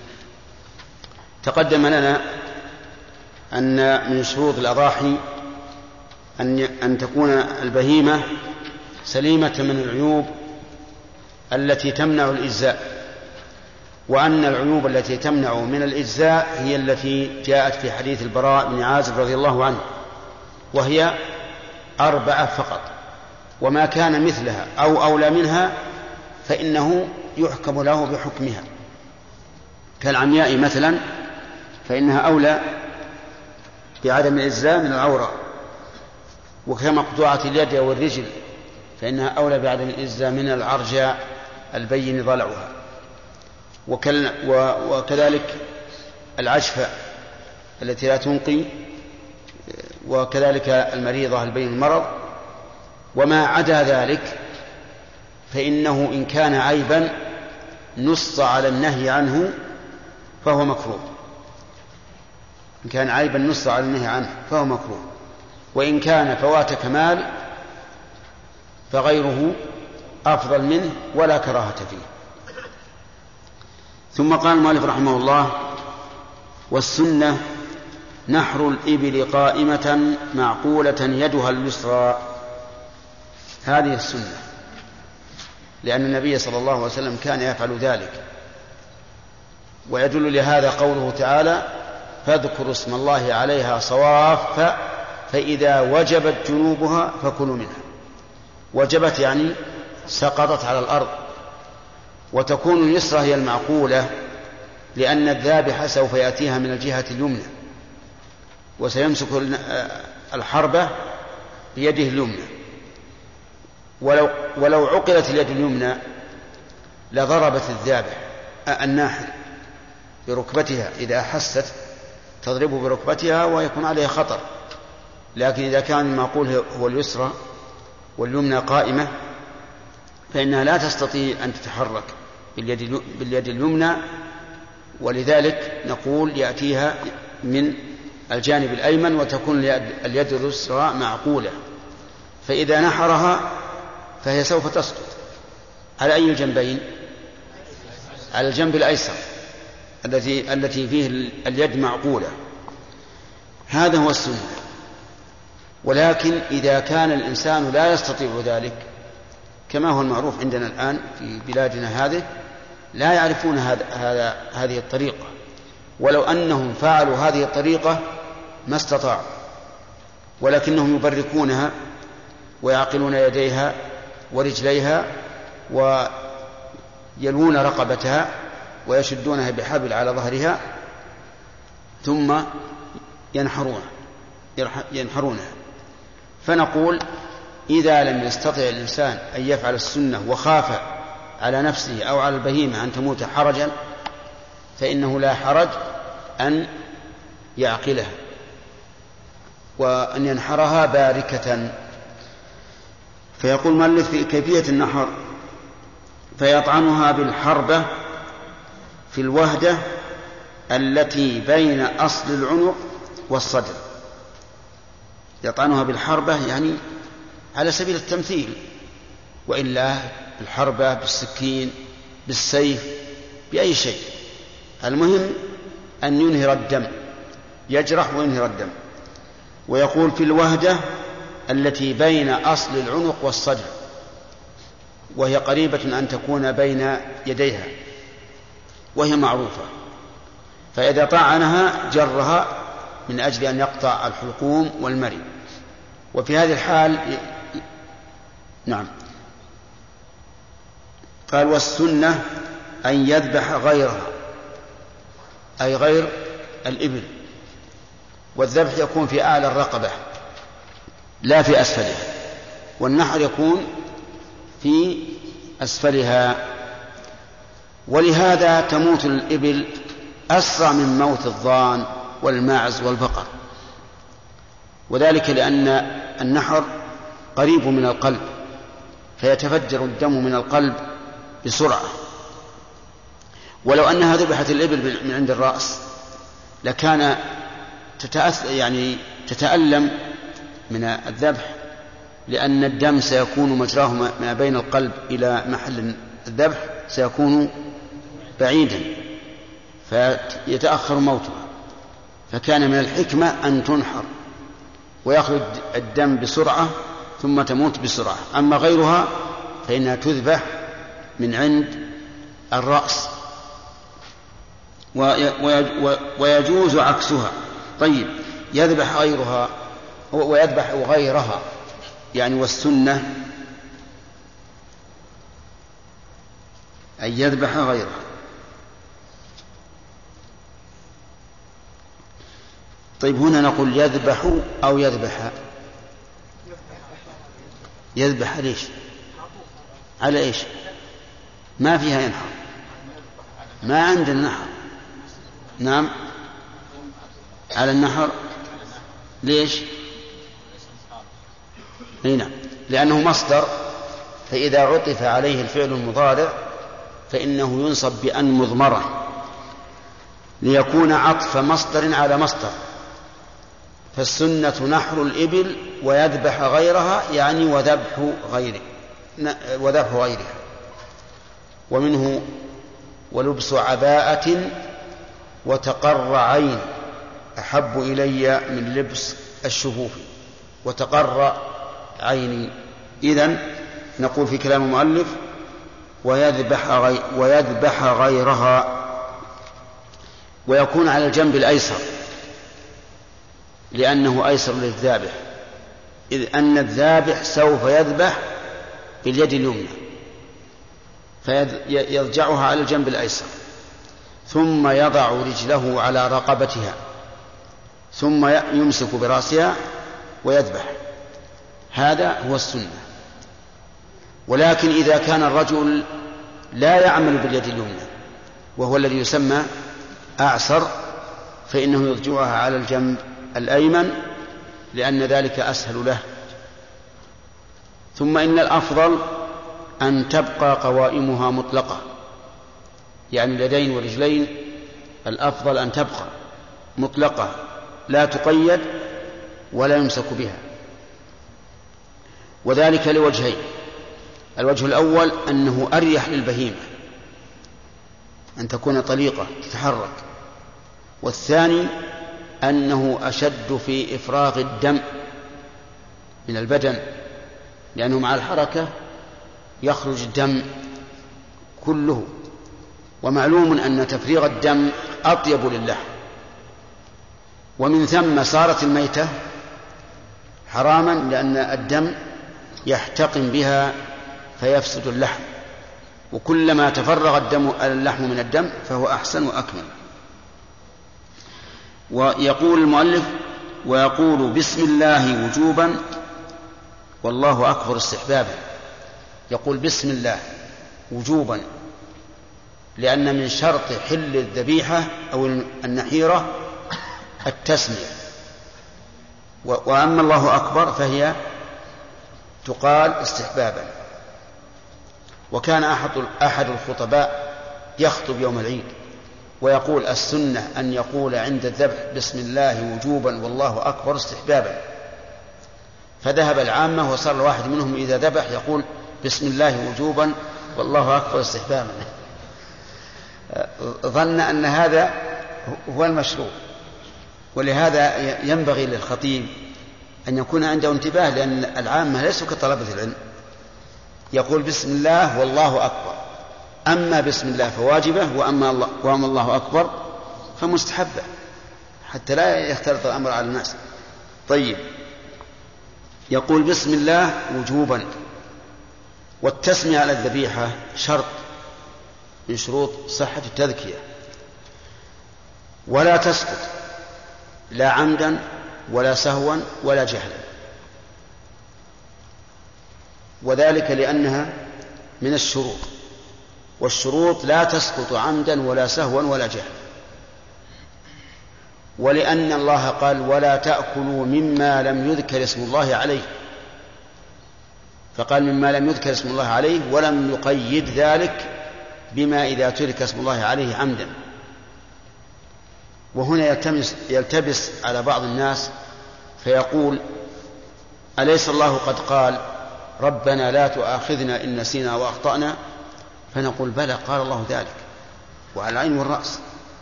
تقدم لنا أن من شروط الأضاحي أن أن تكون البهيمة سليمة من العيوب التي تمنع الإجزاء، وأن العيوب التي تمنع من الإجزاء هي التي جاءت في حديث البراء بن عازب رضي الله عنه، وهي أربعة فقط، وما كان مثلها أو أولى منها فإنه يحكم له بحكمها، كالعمياء مثلا فإنها أولى بعدم الإجزاء من العورة، وكمقطوعة اليد والرجل فإنها أولى بعدم الإجزاء من العرجاء البين ضلعها، وكذلك العجفة التي لا تنقي، وكذلك المريضة البين المرض. وما عدا ذلك فإنه إن كان عيبا نص على النهي عنه فهو مكروه، إن كان عيبا نص على النهي عنه فهو مكروه، وإن كان فوات كمال فغيره أفضل منه ولا كراهة فيه. ثم قال المؤلف رحمه الله: والسنة نحر الإبل قائمة معقولة يدها اليسرى. هذه السنة، لأن النبي صلى الله عليه وسلم كان يفعل ذلك، ويدل لهذا قوله تعالى: فاذكروا اسم الله عليها صواف فإذا وجبت جنوبها فكلوا منها. وجبت يعني سقطت على الأرض، وتكون اليسرى هي المعقولة، لأن الذابح سوف يأتيها من الجهة اليمنى وسيمسك الحربة بيده اليمنى، ولو, ولو عقلت اليد اليمنى لضربت الذابح الناحر بركبتها إذا أحست تضربه بركبتها ويكون عليها خطر. لكن إذا كان المعقول هو اليسرى واليمنى قائمة فإنها لا تستطيع أن تتحرك باليد, باليد اليمنى، ولذلك نقول يأتيها من الجانب الأيمن وتكون اليد اليسرى معقولة، فإذا نحرها فهي سوف تسقط على أي الجنبين؟ على الجنب الأيسر التي التي فيه اليد معقولة. هذا هو السنة. ولكن إذا كان الإنسان لا يستطيع ذلك كما هو المعروف عندنا الآن في بلادنا هذه، لا يعرفون هذا هذه الطريقة، ولو أنهم فعلوا هذه الطريقة ما استطاعوا، ولكنهم يبركونها ويعقلون يديها ورجليها ويلوون رقبتها ويشدونها بحبل على ظهرها ثم ينحرونها ينحرونها. فنقول: إذا لم يستطع الإنسان أن يفعل السنة وخاف على نفسه أو على البهيمة أن تموت حرجا فإنه لا حرج أن يعقلها وأن ينحرها باركة. فيقول المؤلف في كيفية النحر: فيطعنها بالحربة في الوهدة التي بين أصل العنق والصدر. يطعنها بالحربة يعني على سبيل التمثيل، وإلا بالحربة، بالسكين، بالسيف، بأي شيء، المهم أن ينهر الدم، يجرح وينهر الدم. ويقول في الوهدة التي بين أصل العنق والصدر، وهي قريبة أن تكون بين يديها وهي معروفة، فإذا طعنها جرها من أجل أن يقطع الحلقوم والمري. وفي هذه الحال ي... نعم قال: والسنة أن يذبح غيرها، أي غير الإبل، والذبح يكون في أعلى الرقبة لا في أسفلها، والنحر يكون في أسفلها. ولهذا تموت الإبل أسرع من موت الضان والماعز والبقر، وذلك لأن النحر قريب من القلب فيتفجر الدم من القلب بسرعة. ولو أنها ذبحت الإبل من عند الرأس لكان تتأث... يعني تتألم من الذبح لأن الدم سيكون مجراه ما بين القلب إلى محل الذبح سيكون بعيدا فيتأخر موتها، فكان من الحكمة أن تنحر ويخرج الدم بسرعة ثم تموت بسرعة. أما غيرها فإنها تذبح من عند الرأس، ويجوز عكسها. طيب، يذبح غيرها ويذبح غيرها يعني، والسنة أن يذبح غيرها. طيب، هنا نقول يذبح أو يذبح؟ يذبح ليش؟ على إيش؟ ما فيها ينحر، ما عندنا نحر. نعم، على النحر. ليش؟ هنا لأنه مصدر، فإذا عطف عليه الفعل المضارع فإنه ينصب بأن مضمرة ليكون عطف مصدر على مصدر. فالسنة نحر الإبل ويذبح غيرها يعني وذبح غيره وذبح غيرها. ومنه ولبس عباءة وتقر عين أحب إلي من لبس الشفوف، وتقر عيني. إذن نقول في كلام المؤلف ويذبح, غي ويذبح غيرها، ويكون على الجنب الأيسر لأنه أيسر للذابح، إذ أن الذابح سوف يذبح باليد اليمنى فيضجعها على الجنب الأيسر، ثم يضع رجله على رقبتها، ثم يمسك برأسها ويذبح. هذا هو السنة. ولكن إذا كان الرجل لا يعمل باليد اليمنى وهو الذي يسمى أعسر فإنه يضجعها على الجنب الأيمن لأن ذلك أسهل له. ثم إن الأفضل أن تبقى قوائمها مطلقة، يعني اليدين والرجلين الأفضل أن تبقى مطلقة لا تقيد ولا يمسك بها، وذلك لوجهين. الوجه الأول أنه أريح للبهيمة أن تكون طليقة تتحرك، والثاني أنه أشد في إفراغ الدم من البدن، لأنه مع الحركة يخرج الدم كله، ومعلوم أن تفريغ الدم أطيب للحم. ومن ثم صارت الميتة حراما لأن الدم يحتقن بها فيفسد اللحم، وكلما تفرغ الدم اللحم من الدم فهو أحسن وأكمل. ويقول المؤلف ويقول بسم الله وجوبا والله أكبر استحبابا. يقول بسم الله وجوبا لأن من شرط حل الذبيحة أو النحيرة التسمية، وأما الله أكبر فهي تقال استحبابا. وكان أحد أحد الخطباء يخطب يوم العيد ويقول السنة أن يقول عند الذبح بسم الله وجوبا والله أكبر استحبابا، فذهب العامة وصار الواحد منهم إذا ذبح يقول بسم الله وجوبا والله أكبر استحبابا، ظن أن هذا هو المشروع. ولهذا ينبغي للخطيب أن يكون عنده انتباه، لأن العامة ليسوا كطلبة العلم، يقول بسم الله والله أكبر، أما بسم الله فواجبة، وأما الله, وأما الله أكبر فمستحبة، حتى لا يختلط الأمر على الناس. طيب، يقول بسم الله وجوبا. والتسمية على الذبيحة شرط من شروط صحة التذكية، ولا تسقط لا عمدا ولا سهوا ولا جهلا، وذلك لأنها من الشروط، والشروط لا تسقط عمدا ولا سهوا ولا جهلا. ولأن الله قال ولا تأكلوا مما لم يذكر اسم الله عليه، فقال مما لم يذكر اسم الله عليه ولم يقيد ذلك بما إذا ترك اسم الله عليه عمدا. وهنا يلتبس, يلتبس على بعض الناس فيقول أليس الله قد قال ربنا لا تؤاخذنا إن نسينا وأخطأنا؟ فنقول بلى، قال الله ذلك وعلى العين والرأس.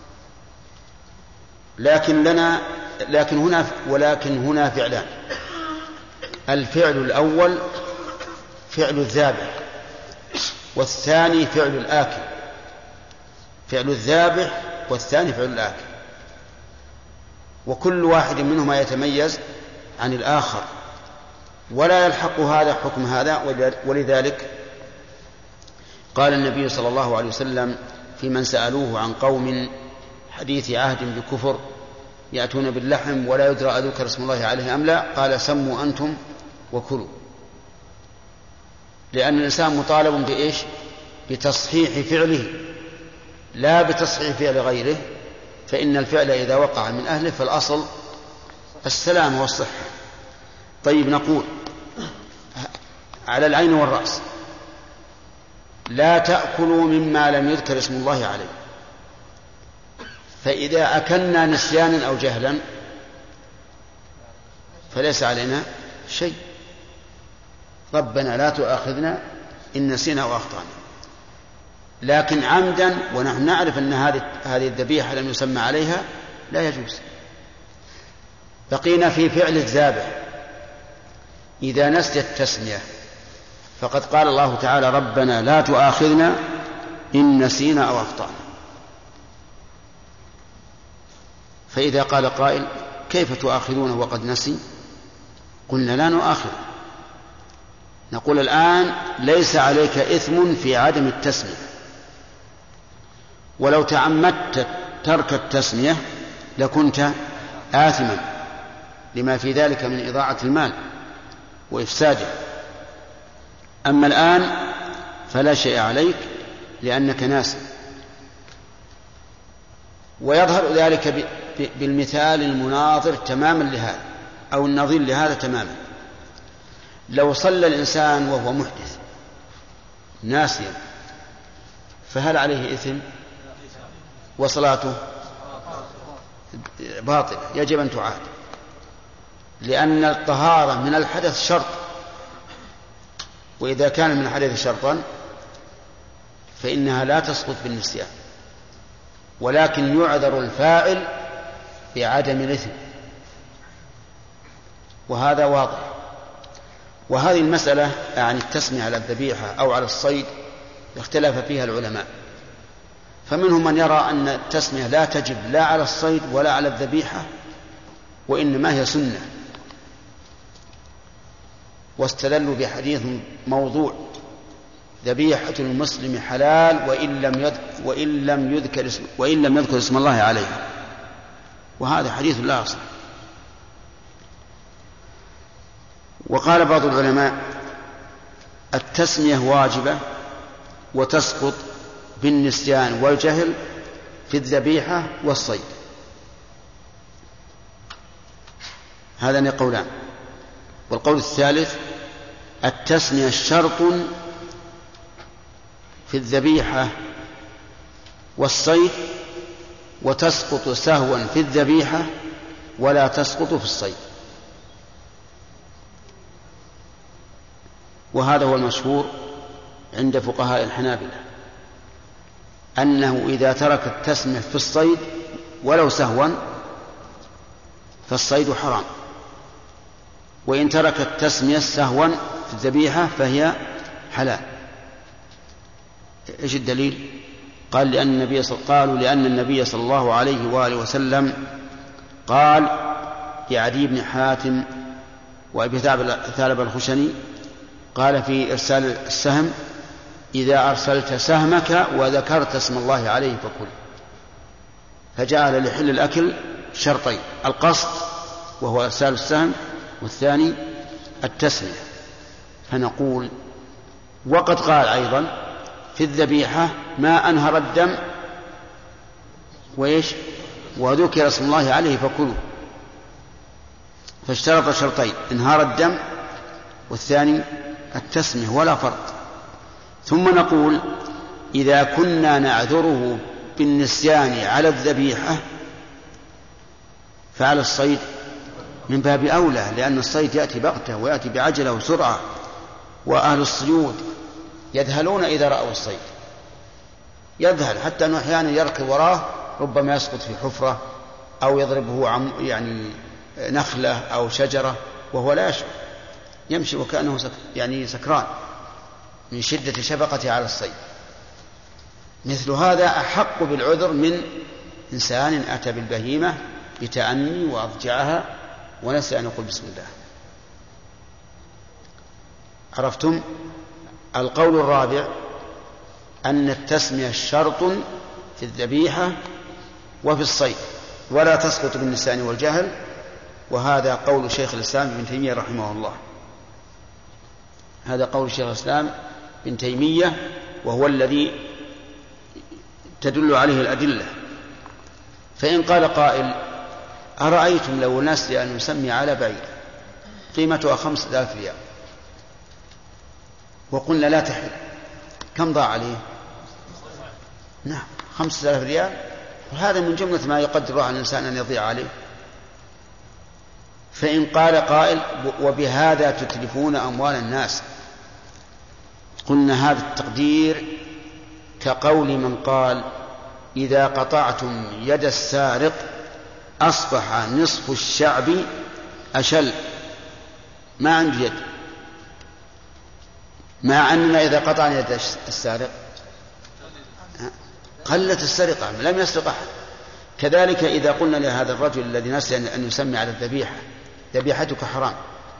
لكن لنا لكن هنا ولكن هنا فعلان. الفعل الأول فعل الذابح، والثاني فعل الآكل. فعل الذابح والثاني فعل الآكل، وكل واحد منهما يتميز عن الآخر ولا يلحق هذا حكم هذا. ولذلك قال النبي صلى الله عليه وسلم في من سألوه عن قوم حديث عهد بكفر يأتون باللحم ولا يدرى أذكر اسم الله عليه أم لا، قال سموا أنتم وكلوا. لأن الإنسان مطالب بإيش؟ بتصحيح فعله لا بتصحيح فعل غيره، فإن الفعل إذا وقع من أهله فالأصل السلام والصحة. طيب، نقول على العين والرأس لا تأكلوا مما لم يذكر اسم الله عليه، فإذا أكلنا نسيانا أو جهلا فليس علينا شيء، ربنا لا تؤاخذنا إن نسينا وأخطأنا. لكن عمدا ونحن نعرف أن هذه هذه الذبيحة لم يسمى عليها لا يجوز. بقينا في فعل الذابح إذا نسي التسمية، فقد قال الله تعالى ربنا لا تؤاخذنا إن نسينا أو أخطأنا. فإذا قال قائل كيف تؤاخذونه وقد نسي؟ قلنا لا نؤاخذ، نقول الآن ليس عليك إثم في عدم التسمية، ولو تعمدت ترك التسمية لكنت آثما لما في ذلك من إضاعة المال وإفساده. أما الآن فلا شيء عليك لأنك ناسي. ويظهر ذلك بالمثال المناظر تماما لهذا أو النظير لهذا تماما. لو صلى الإنسان وهو محدث ناسيا فهل عليه إثم؟ وصلاته باطلة، يجب أن تعاد، لأن الطهارة من الحدث شرط، وإذا كان من الحدث شرطا فإنها لا تسقط بالنسيان، ولكن يعذر الفاعل بعدم الإثم، وهذا واضح. وهذه المسألة عن التسمية على الذبيحة أو على الصيد اختلف فيها العلماء، فمنهم من يرى أن التسمية لا تجب لا على الصيد ولا على الذبيحة، وإنما هي سنة، واستدلوا بحديث موضوع ذبيحة المسلم حلال وإن لم يذكر وإن لم يذكر اسم وإن لم يذكر اسم الله عليه، وهذا حديث لا أصل. وقال بعض العلماء التسمية واجبة وتسقط بالنسيان والجهل في الذبيحة والصيد. هذان قولان. والقول الثالث التسمية شرط في الذبيحة والصيد وتسقط سهوا في الذبيحة ولا تسقط في الصيد. وهذا هو المشهور عند فقهاء الحنابلة، أنه إذا ترك التسمية في الصيد ولو سهوا فالصيد حرام، وإن ترك التسمية سهوا في الذبيحة فهي حلال. إيش الدليل؟ قال لأن النبي صل... قالوا لأن النبي صلى الله عليه وآله وسلم قال لعدي بن حاتم وأبي ثعلبة الخشني قال في إرسال السهم إذا أرسلت سهمك وذكرت اسم الله عليه فكل. فجعل لحل الأكل شرطين: القصد وهو إرسال السهم، والثاني التسمية. فنقول وقد قال أيضا في الذبيحة ما أنهر الدم وإيش وذكر اسم الله عليه فكلوا، فاشترط شرطين: انهار الدم والثاني التسمية، ولا فرق. ثم نقول إذا كنا نعذره بالنسيان على الذبيحة فعلى الصيد من باب أولى، لأن الصيد يأتي بغتة ويأتي بعجلة وسرعة، وأهل الصيود يذهلون إذا رأوا الصيد، يذهل حتى أنه أحيانا يركض وراه ربما يسقط في حفرة أو يضربه عم يعني نخلة أو شجرة وهو لا يشعر، يمشي وكأنه سك يعني سكران من شدة شفقته على الصيد. مثل هذا أحق بالعذر من إنسان أتى بالبهيمة بتأني وأضجعها ونسي أن يقول بسم الله. عرفتم؟ القول الرابع أن التسمية شرط في الذبيحة وفي الصيد ولا تسقط بالنسيان والجهل، وهذا قول شيخ الإسلام ابن تيمية رحمه الله. هذا قول شيخ الإسلام ابن تيمية وهو الذي تدل عليه الأدلة. فإن قال قائل أرأيتم لو نسي أن يسمي على بعيد قيمتها خمسة آلاف ريال وقلنا لا تحل، كم ضاع عليه؟ نعم خمسة آلاف ريال، وهذا من جملة ما يقدر على الإنسان أن يضيع عليه. فإن قال قائل وبهذا تتلفون أموال الناس، قلنا هذا التقدير كقول من قال إذا قطعتم يد السارق أصبح نصف الشعب أشل ما عنده يد، مع أننا إذا قطعنا يد السارق قلت السرقة لم يسرق أحد. كذلك إذا قلنا لهذا الرجل الذي نسي أن يسمي على الذبيحة ذبيحتك حرام،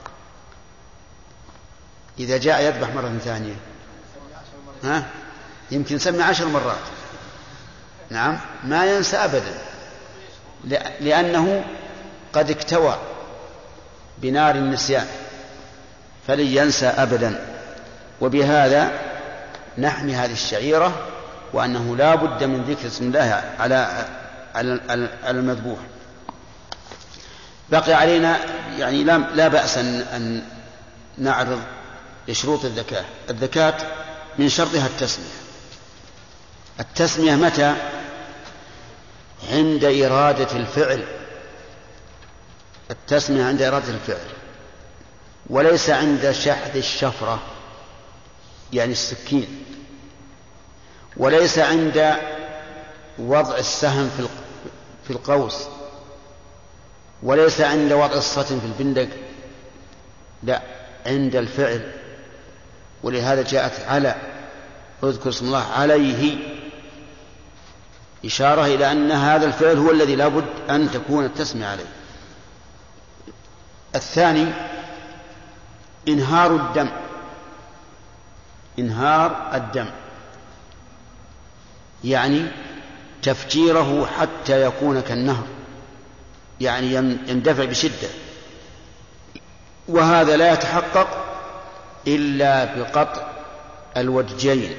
إذا جاء يذبح مرة ثانية ها يمكن يسمي عشر مرات، نعم ما ينسى أبدا، لأنه قد اكتوى بنار النسيان فلن ينسى أبدا. وبهذا نحمي هذه الشعيرة، وأنه لا بد من ذكر اسم الله على على المذبوح. بقي علينا يعني لا, لا بأس أن نعرض لشروط الزكاة. الزكاة من شرطها التسمية. التسمية متى؟ عند إرادة الفعل. التسمية عند إرادة الفعل، وليس عند شحذ الشفرة يعني السكين، وليس عند وضع السهم في القوس، وليس عند وضع السطن في البندق، لا عند الفعل. ولهذا جاءت على اذكر اسم الله عليه، إشارة إلى أن هذا الفعل هو الذي لا بد أن تكون التسمية عليه. الثاني إنهار الدم. إنهار الدم يعني تفجيره حتى يكون كالنهر، يعني يندفع بشدة، وهذا لا يتحقق إلا بقطع الودجين،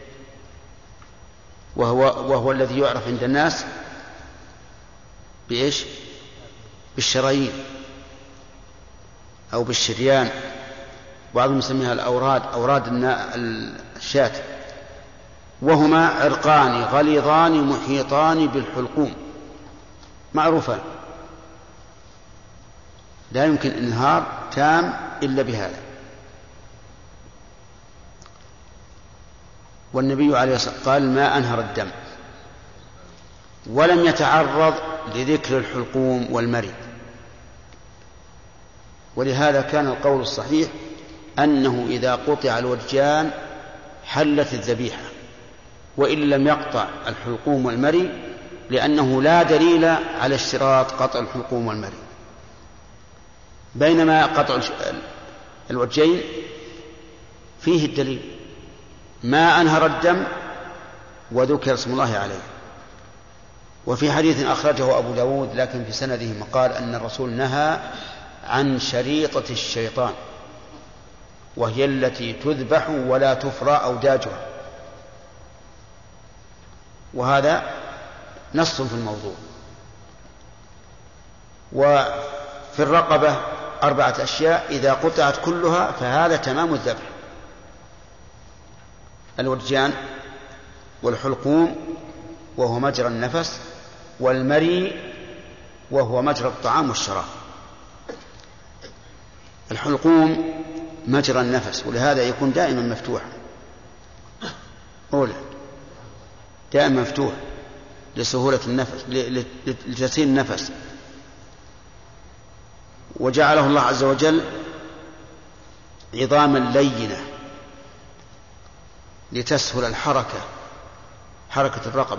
وهو, وهو الذي يعرف عند الناس بإيش؟ بالشرايين أو بالشريان، بعضهم يسميها الأوراد، أوراد الشاة، وهما عرقان غليظان محيطان بالحلقوم معروفان، لا يمكن إنهار تام إلا بهذا. والنبي عليه الصلاة والسلام قال ما أنهر الدم، ولم يتعرض لذكر الحلقوم والمري. ولهذا كان القول الصحيح أنه إذا قطع الودجان حلت الذبيحة، وإن لم يقطع الحلقوم والمري، لأنه لا دليل على اشتراط قطع الحلقوم والمري، بينما قطع الودجين فيه الدليل ما أنهر الدم وذكر اسم الله عليه. وفي حديث أخرجه أبو داود لكن في سنده مقال أن الرسول نهى عن شريطة الشيطان، وهي التي تذبح ولا تفرى أوداجها، وهذا نص في الموضوع. وفي الرقبة أربعة أشياء إذا قطعت كلها فهذا تمام الذبح: الودجان، والحلقوم وهو مجرى النفس، والمري وهو مجرى الطعام والشراب. الحلقوم مجرى النفس، ولهذا يكون دائما مفتوحا، أولى دائما مفتوح لسهولة النفس، لتسهيل النفس. وجعله الله عز وجل عظاما لينة لتسهل الحركة، حركة الرقبة،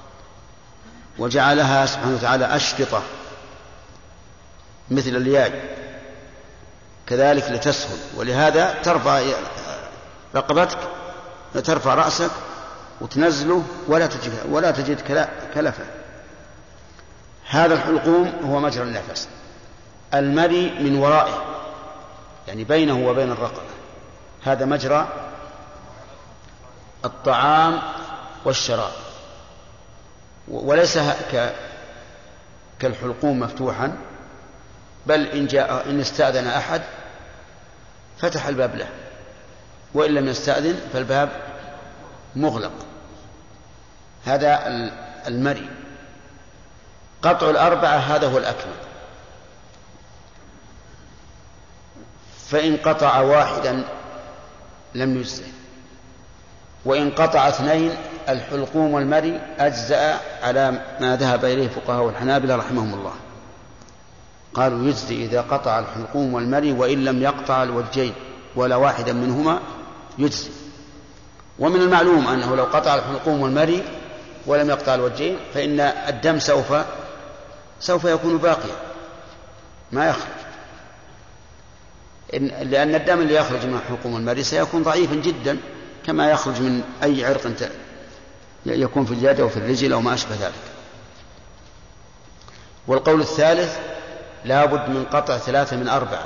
وجعلها سبحانه وتعالى أشرطة مثل الياج كذلك لتسهل، ولهذا ترفع رقبتك، ترفع رأسك وتنزله ولا تجد, ولا تجد كلفة. هذا الحلقوم هو مجرى النفس. المري من ورائه يعني بينه وبين الرقبة، هذا مجرى الطعام والشراب، وليس كالحلقوم مفتوحا، بل إن, جاء إن استأذن أحد فتح الباب له، وإن لم يستأذن فالباب مغلق. هذا المري. قطع الأربعة هذا هو الأكمل، فإن قطع واحدا لم يجزئ، وإن قطع اثنين الحلقوم والمري أجزأ على ما ذهب إليه فقهاء الحنابلة رحمهم الله، قالوا يجزئ إذا قطع الحلقوم والمري وإن لم يقطع الوجهين ولا واحدا منهما يجزئ. ومن المعلوم أنه لو قطع الحلقوم والمري ولم يقطع الوجهين فإن الدم سوف سوف يكون باقيا ما يخرج، لأن الدم اللي يخرج من الحلقوم والمري سيكون ضعيفا جدا كما يخرج من أي عرق يكون في اليد أو في الرجل أو ما أشبه ذلك. والقول الثالث لا بد من قطع ثلاثة من أربعة.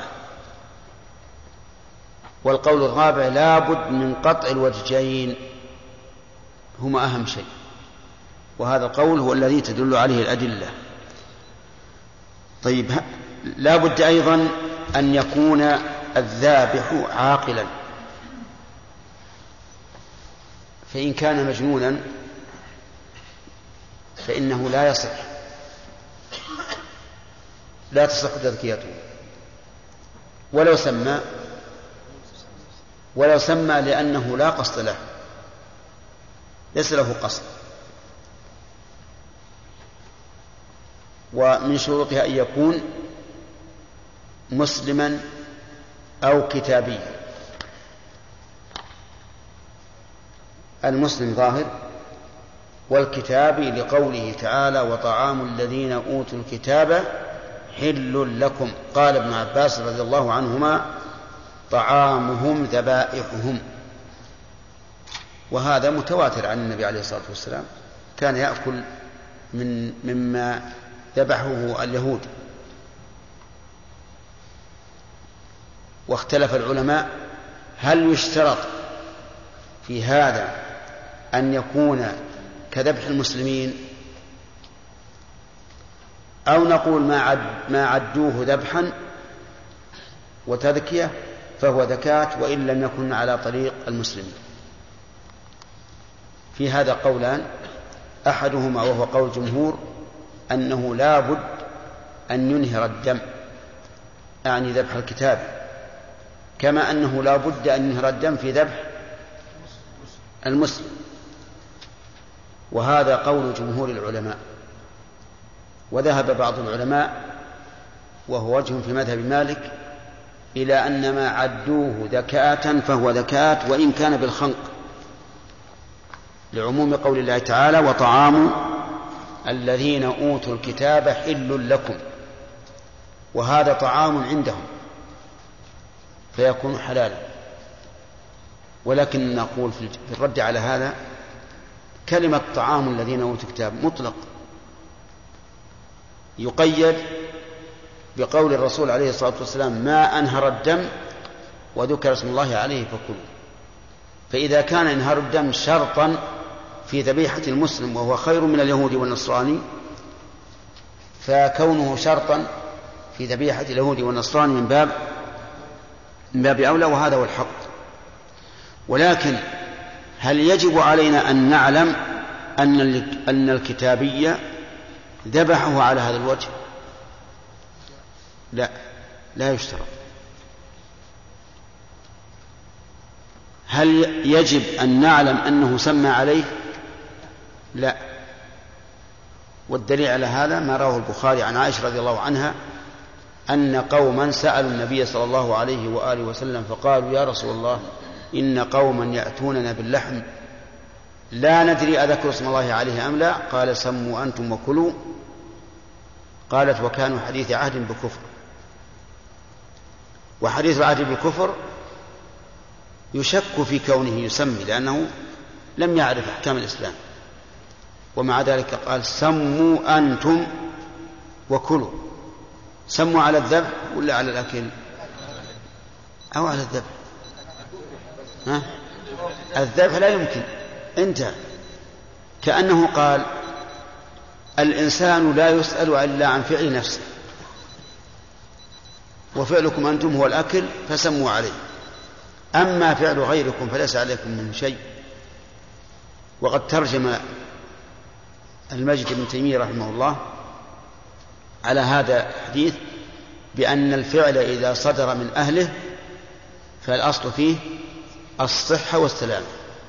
والقول الرابع لا بد من قطع الوجهين، هما أهم شيء، وهذا القول هو الذي تدل عليه الأدلة. طيب، لا بد أيضا أن يكون الذابح عاقلا، فإن كان مجنونا فإنه لا يصح لا تصح تذكيته، ولو سمى ولو سمى لأنه لا قصد له، ليس له قصد. ومن شروطها أن يكون مسلما أو كتابيا. المسلم ظاهر، والكتابي لقوله تعالى وطعام الذين أوتوا الكتاب حل لكم، قال ابن عباس رضي الله عنهما طعامهم ذبائحهم، وهذا متواتر عن النبي عليه الصلاة والسلام، كان يأكل من مما ذبحه اليهود. واختلف العلماء هل يشترط في هذا أن يكون كذبح المسلمين، أو نقول ما, عد ما عدوه ذبحا وتذكية فهو زكاة وإن لم يكن على طريق المسلمين. في هذا قولان، أحدهما وهو قول جمهور أنه لا بد أن ينهر الدم، أعني ذبح الكتاب، كما أنه لا بد أن ينهر الدم في ذبح المسلم، وهذا قول جمهور العلماء. وذهب بعض العلماء وهو وجه في مذهب مالك إلى أن ما عدوه ذكاة فهو ذكاة وإن كان بالخنق، لعموم قول الله تعالى وطعام الذين أوتوا الكتاب حل لكم، وهذا طعام عندهم فيكون حلالا. ولكن نقول في الرد على هذا كلمة طعام الذين أوتوا الكتاب مطلق، يقيد بقول الرسول عليه الصلاة والسلام ما أنهر الدم وذكر اسم الله عليه فكلوا. فإذا كان انهار الدم شرطا في ذبيحة المسلم وهو خير من اليهود والنصراني، فكونه شرطا في ذبيحة اليهود والنصراني من باب من باب أولى، وهذا هو الحق. ولكن هل يجب علينا أن نعلم أن أن الكتابية ذبحه على هذا الوجه؟ لا، لا يشترط. هل يجب أن نعلم أنه سمى عليه؟ لا. والدليل على هذا ما رواه البخاري عن عائشة رضي الله عنها أن قوما سألوا النبي صلى الله عليه وآله وسلم فقالوا يا رسول الله إن قوما يأتوننا باللحم لا ندري أذكر اسم الله عليه أم لا؟ قال سموا أنتم وكلوا. قالت وكانوا حديث عهد بكفر، وحديث العهد بالكفر يشك في كونه يسمي لأنه لم يعرف أحكام الإسلام، ومع ذلك قال سموا أنتم وكلوا. سموا على الذبح ولا على الأكل أو على الذبح؟ ها؟ الذبح لا يمكن. انت كأنه قال الإنسان لا يسأل إلا عن فعل نفسه، وفعلكم أنتم هو الأكل فسموا عليه، أما فعل غيركم فليس عليكم من شيء. وقد ترجم المجد بن تيمية رحمه الله على هذا الحديث بأن الفعل إذا صدر من أهله فالأصل فيه الصحة والسلامة.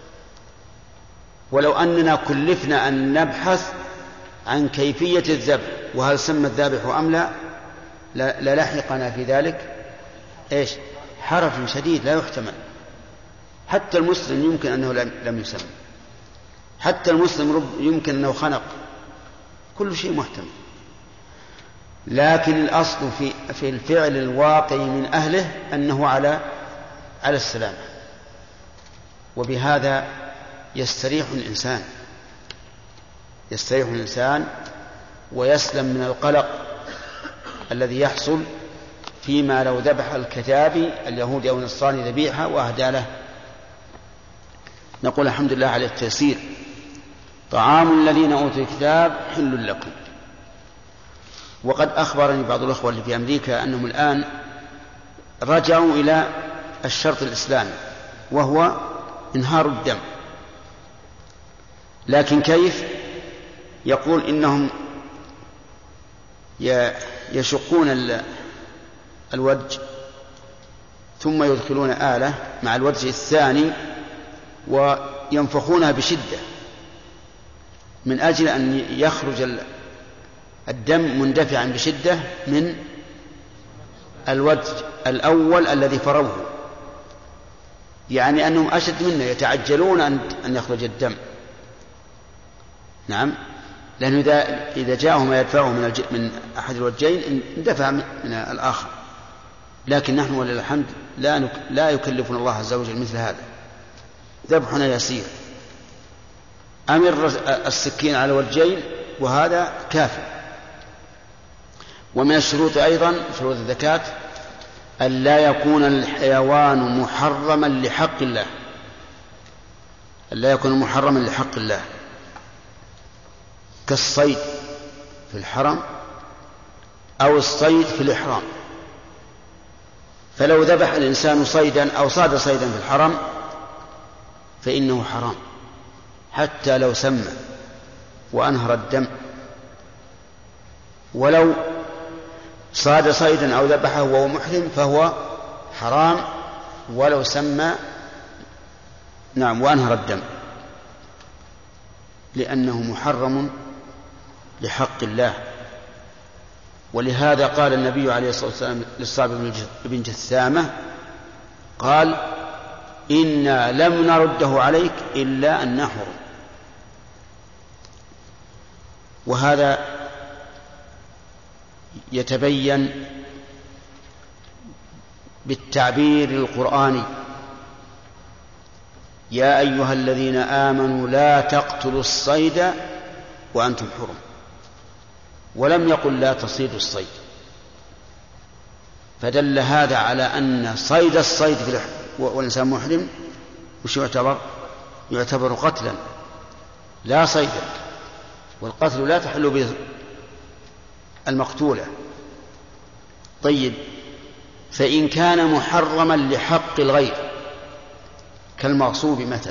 ولو أننا كلفنا أن نبحث عن كيفية الذبح وهل سمى الذابح أم لا للحقنا في ذلك إيش؟ حرج شديد لا يحتمل. حتى المسلم يمكن أنه لم يسمى، حتى المسلم يمكن أنه خنق، كل شيء محتمل. لكن الأصل في في الفعل الواقع من أهله أنه على على السلامة، وبهذا يستريح الإنسان يستريح الإنسان ويسلم من القلق الذي يحصل فيما لو ذبح الكتابي اليهودي أو النصراني ذبيحة وأهدى له. نقول الحمد لله على التيسير. طعام الذين أوتوا الكتاب حل لكم. وقد أخبرني بعض الأخوة اللي في أمريكا أنهم الآن رجعوا إلى الشرط الإسلامي وهو إنهار الدم، لكن كيف؟ يقول إنهم يشقون الوجه ثم يدخلون آلة مع الوجه الثاني وينفخونها بشدة من أجل أن يخرج الدم مندفعا بشدة من الوجه الأول الذي فروه، يعني أنهم أشد منا يتعجلون أن يخرج الدم. نعم، لأنه إذا إذا جاءه ما يدفعه من من أحد الوجهين اندفع من الآخر، لكن نحن ولله الحمد لا نك... لا يكلفنا الله عز وجل مثل هذا، ذبحنا يسير. أمر السكين على الوجهين وهذا كافي. ومن الشروط أيضا شروط الزكاة أن لا يكون الحيوان محرما لحق الله، أن لا يكون محرما لحق الله كالصيد في الحرم أو الصيد في الإحرام. فلو ذبح الإنسان صيدا أو صاد صيدا في الحرم فإنه حرام حتى لو سمى وأنهر الدم، ولو صاد صيدا أو ذبحه وهو محرم فهو حرام ولو سمى نعم وأنهر الدم، لأنه محرم لحق الله. ولهذا قال النبي عليه الصلاة والسلام للصعب بن جثامة قال إنا لم نرده عليك إلا أن نحرم. وهذا يتبين بالتعبير القرآني يا أيها الذين آمنوا لا تقتلوا الصيد وأنتم حرم، ولم يقل لا تصيدوا الصيد، فدل هذا على أن صيد الصيد في والإنسان محرم وش يعتبر؟ يعتبر قتلا لا صيدا، والقتل لا تحل به المقتولة. طيب، فإن كان محرما لحق الغير كالمغصوب مثلا،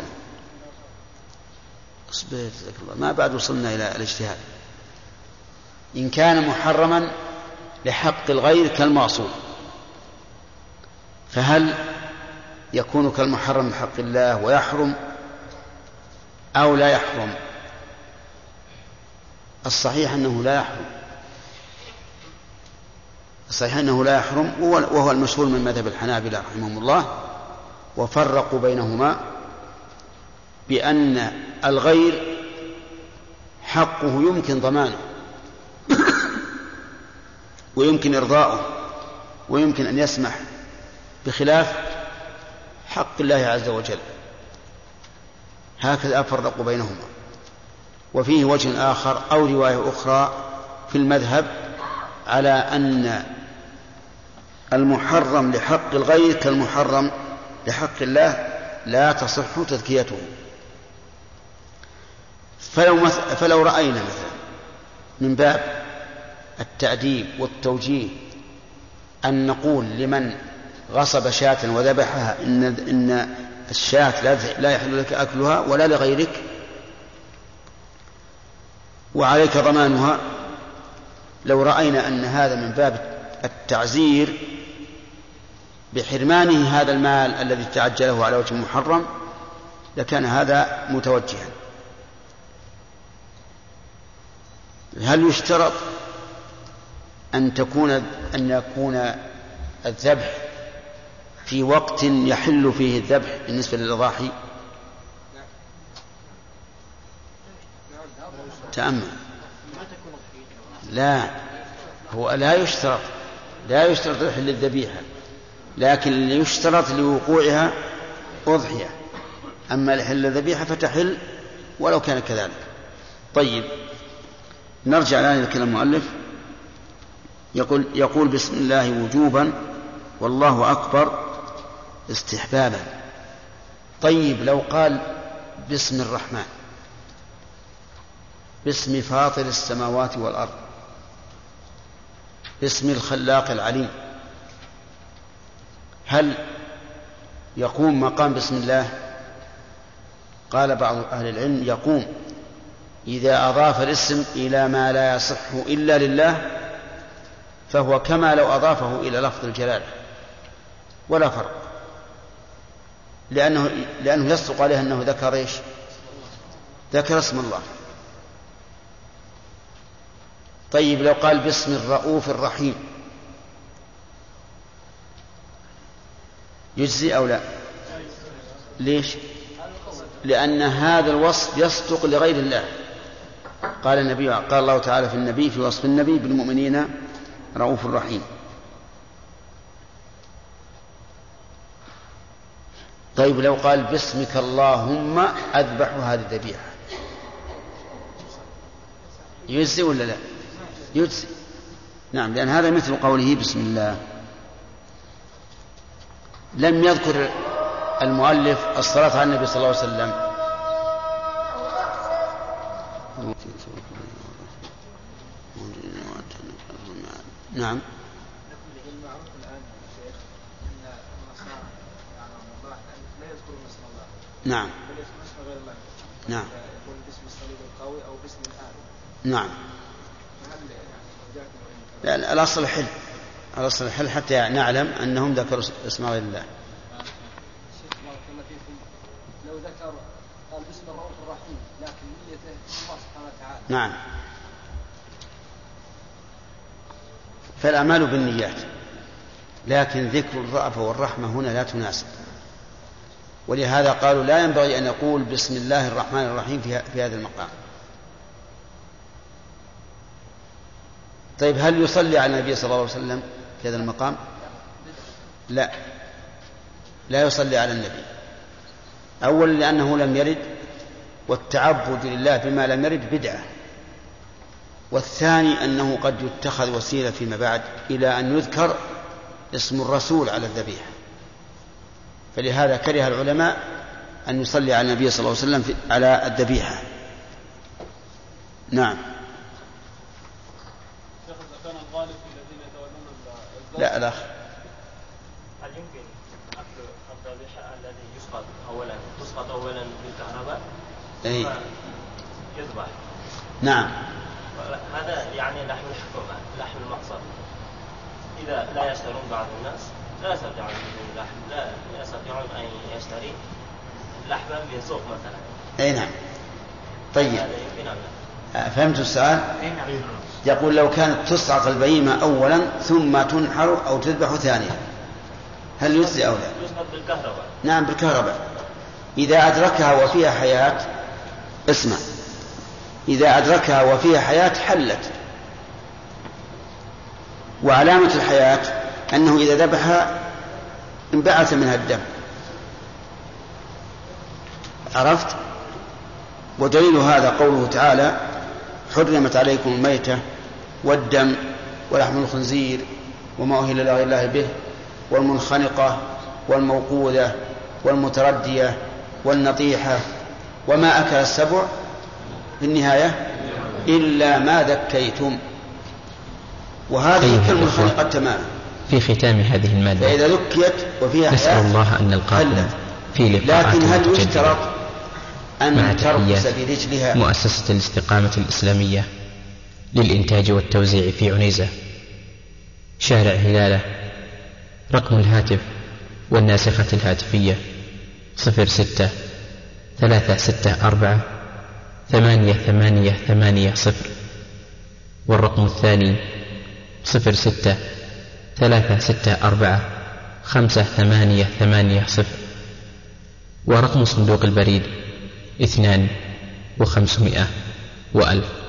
اصبر ما بعد وصلنا إلى الاجتهاد. إن كان محرما لحق الغير كالمغصوب، فهل يكون كالمحرم من حق الله ويحرم أو لا يحرم؟ الصحيح أنه لا يحرم، الصحيح أنه لا يحرم، وهو المشهور من مذهب الحنابلة رحمهم الله، وفرقوا بينهما بأن الغير حقه يمكن ضمانه ويمكن إرضاؤه ويمكن أن يسمح، بخلاف حق الله عز وجل. هكذا فرقوا بينهما. وفيه وجه آخر أو رواية أخرى في المذهب على أن المحرم لحق الغير كالمحرم لحق الله لا تصح تزكيته. فلو, فلو رأينا مثلا من باب التأديب والتوجيه أن نقول لمن غصب شاة وذبحها إن, إن الشاة لا يحل لك أكلها ولا لغيرك وعليك ضمانها، لو رأينا أن هذا من باب التعزير بحرمانه هذا المال الذي تعجله على وجه محرم لكان هذا متوجها. هل يشترط أن تكون أن يكون الذبح في وقت يحل فيه الذبح بالنسبة للأضاحي؟ تأمل. لا، هو لا يشترط لا يشترط لحل الذبيحة، لكن يشترط لوقوعها أضحية. أما لحل الذبيحة فتحل ولو كان كذلك. طيب، نرجع الآن إلى كلام المؤلف. يقول, يقول بسم الله وجوبا والله أكبر استحبابا. طيب، لو قال باسم الرحمن، باسم فاطر السماوات والأرض، باسم الخلاق العليم، هل يقوم مقام بسم الله؟ قال بعض أهل العلم يقوم إذا أضاف الاسم إلى ما لا يصح إلا لله، فهو كما لو أضافه إلى لفظ الجلالة ولا فرق، لأنه, لأنه يصدق عليه أنه ذكر إيش؟ ذكر اسم الله. طيب، لو قال باسم الرؤوف الرحيم يجزي أو لا؟ ليش؟ لأن هذا الوصف يصدق لغير الله. قال النبي قال الله تعالى في النبي في وصف النبي بالمؤمنين رؤوف رحيم. طيب، لو قال باسمك اللهم أذبح هذه الذبيحة يجزي ولا لا؟ يجزي. نعم، لأن هذا مثل قوله بسم الله. لم يذكر المؤلف الصلاة على النبي صلى الله عليه وسلم. نعم. نعم. نعم. نعم. لا، الأصل الحل، الأصل الحل حتى نعلم أنهم ذكروا اسم غير الله. لو ذكر قال باسم الرؤوف الرحيم لكن نيته الله سبحانه وتعالى. نعم. فالأعمال بالنيات، لكن ذكر الرأفة والرحمة هنا لا تناسب، ولهذا قالوا لا ينبغي أن يقول بسم الله الرحمن الرحيم في هذا المقام. طيب، هل يصلي على النبي صلى الله عليه وسلم في هذا المقام؟ لا، لا يصلي على النبي. أولا لأنه لم يرد، والتعبد لله بما لم يرد بدعة. والثاني أنه قد يتخذ وسيلة فيما بعد إلى أن يذكر اسم الرسول على الذبيحة، فلهذا كره العلماء أن يصلي على النبي صلى الله عليه وسلم على الذبيحة. نعم. لا، الأخ، هل يمكن أكل الذبيحة الذي يسقط أولا تسقط أولا بالكهرباء أي يذبح؟ نعم. هذا يعني لحم الحكومة، لحم المقصد، إذا لا يشترون بعض الناس لا يستطيعون اللحم لا يستطيعون أن يشتري لحما من سوق مثلا. أي نعم. طيب هذا يمكن أم لا؟ فهمت السؤال؟ يقول لو كانت تصعق البهيمة أولا ثم تنحر أو تذبح ثانيا هل يجزي أو لا؟ يسقط بالكهرباء. نعم بالكهرباء. إذا أدركها وفيها حياة اسمع إذا أدركها وفيها حياة حلت، وعلامة الحياة أنه إذا ذبحها انبعث منها الدم، عرفت؟ ودليل هذا قوله تعالى حرمت عليكم الميتة والدم ولحم الخنزير وما أهل لغير الله به والمنخنقة والموقوذة والمتردية والنطيحة وما أكل السبع في النهاية إلا ما ذكيتم، وهذه كالمنخنقة تماما في ختام هذه المادة. فإذا ذكيت وفيها نسأل الله أن نلقاكم في لقاءات لكن هل يشترط مع أن ترقص برجلها؟ مؤسسة الاستقامة الإسلامية للإنتاج والتوزيع في عنيزة شارع هلالة. رقم الهاتف والناسخة الهاتفية صفر ستة ثلاثة ستة أربعة ثمانية ثمانية ثمانية صفر، والرقم الثاني صفر ستة ثلاثة ستة أربعة خمسة ثمانية ثمانية صفر، ورقم صندوق البريد اثنان وخمسمائة وألف.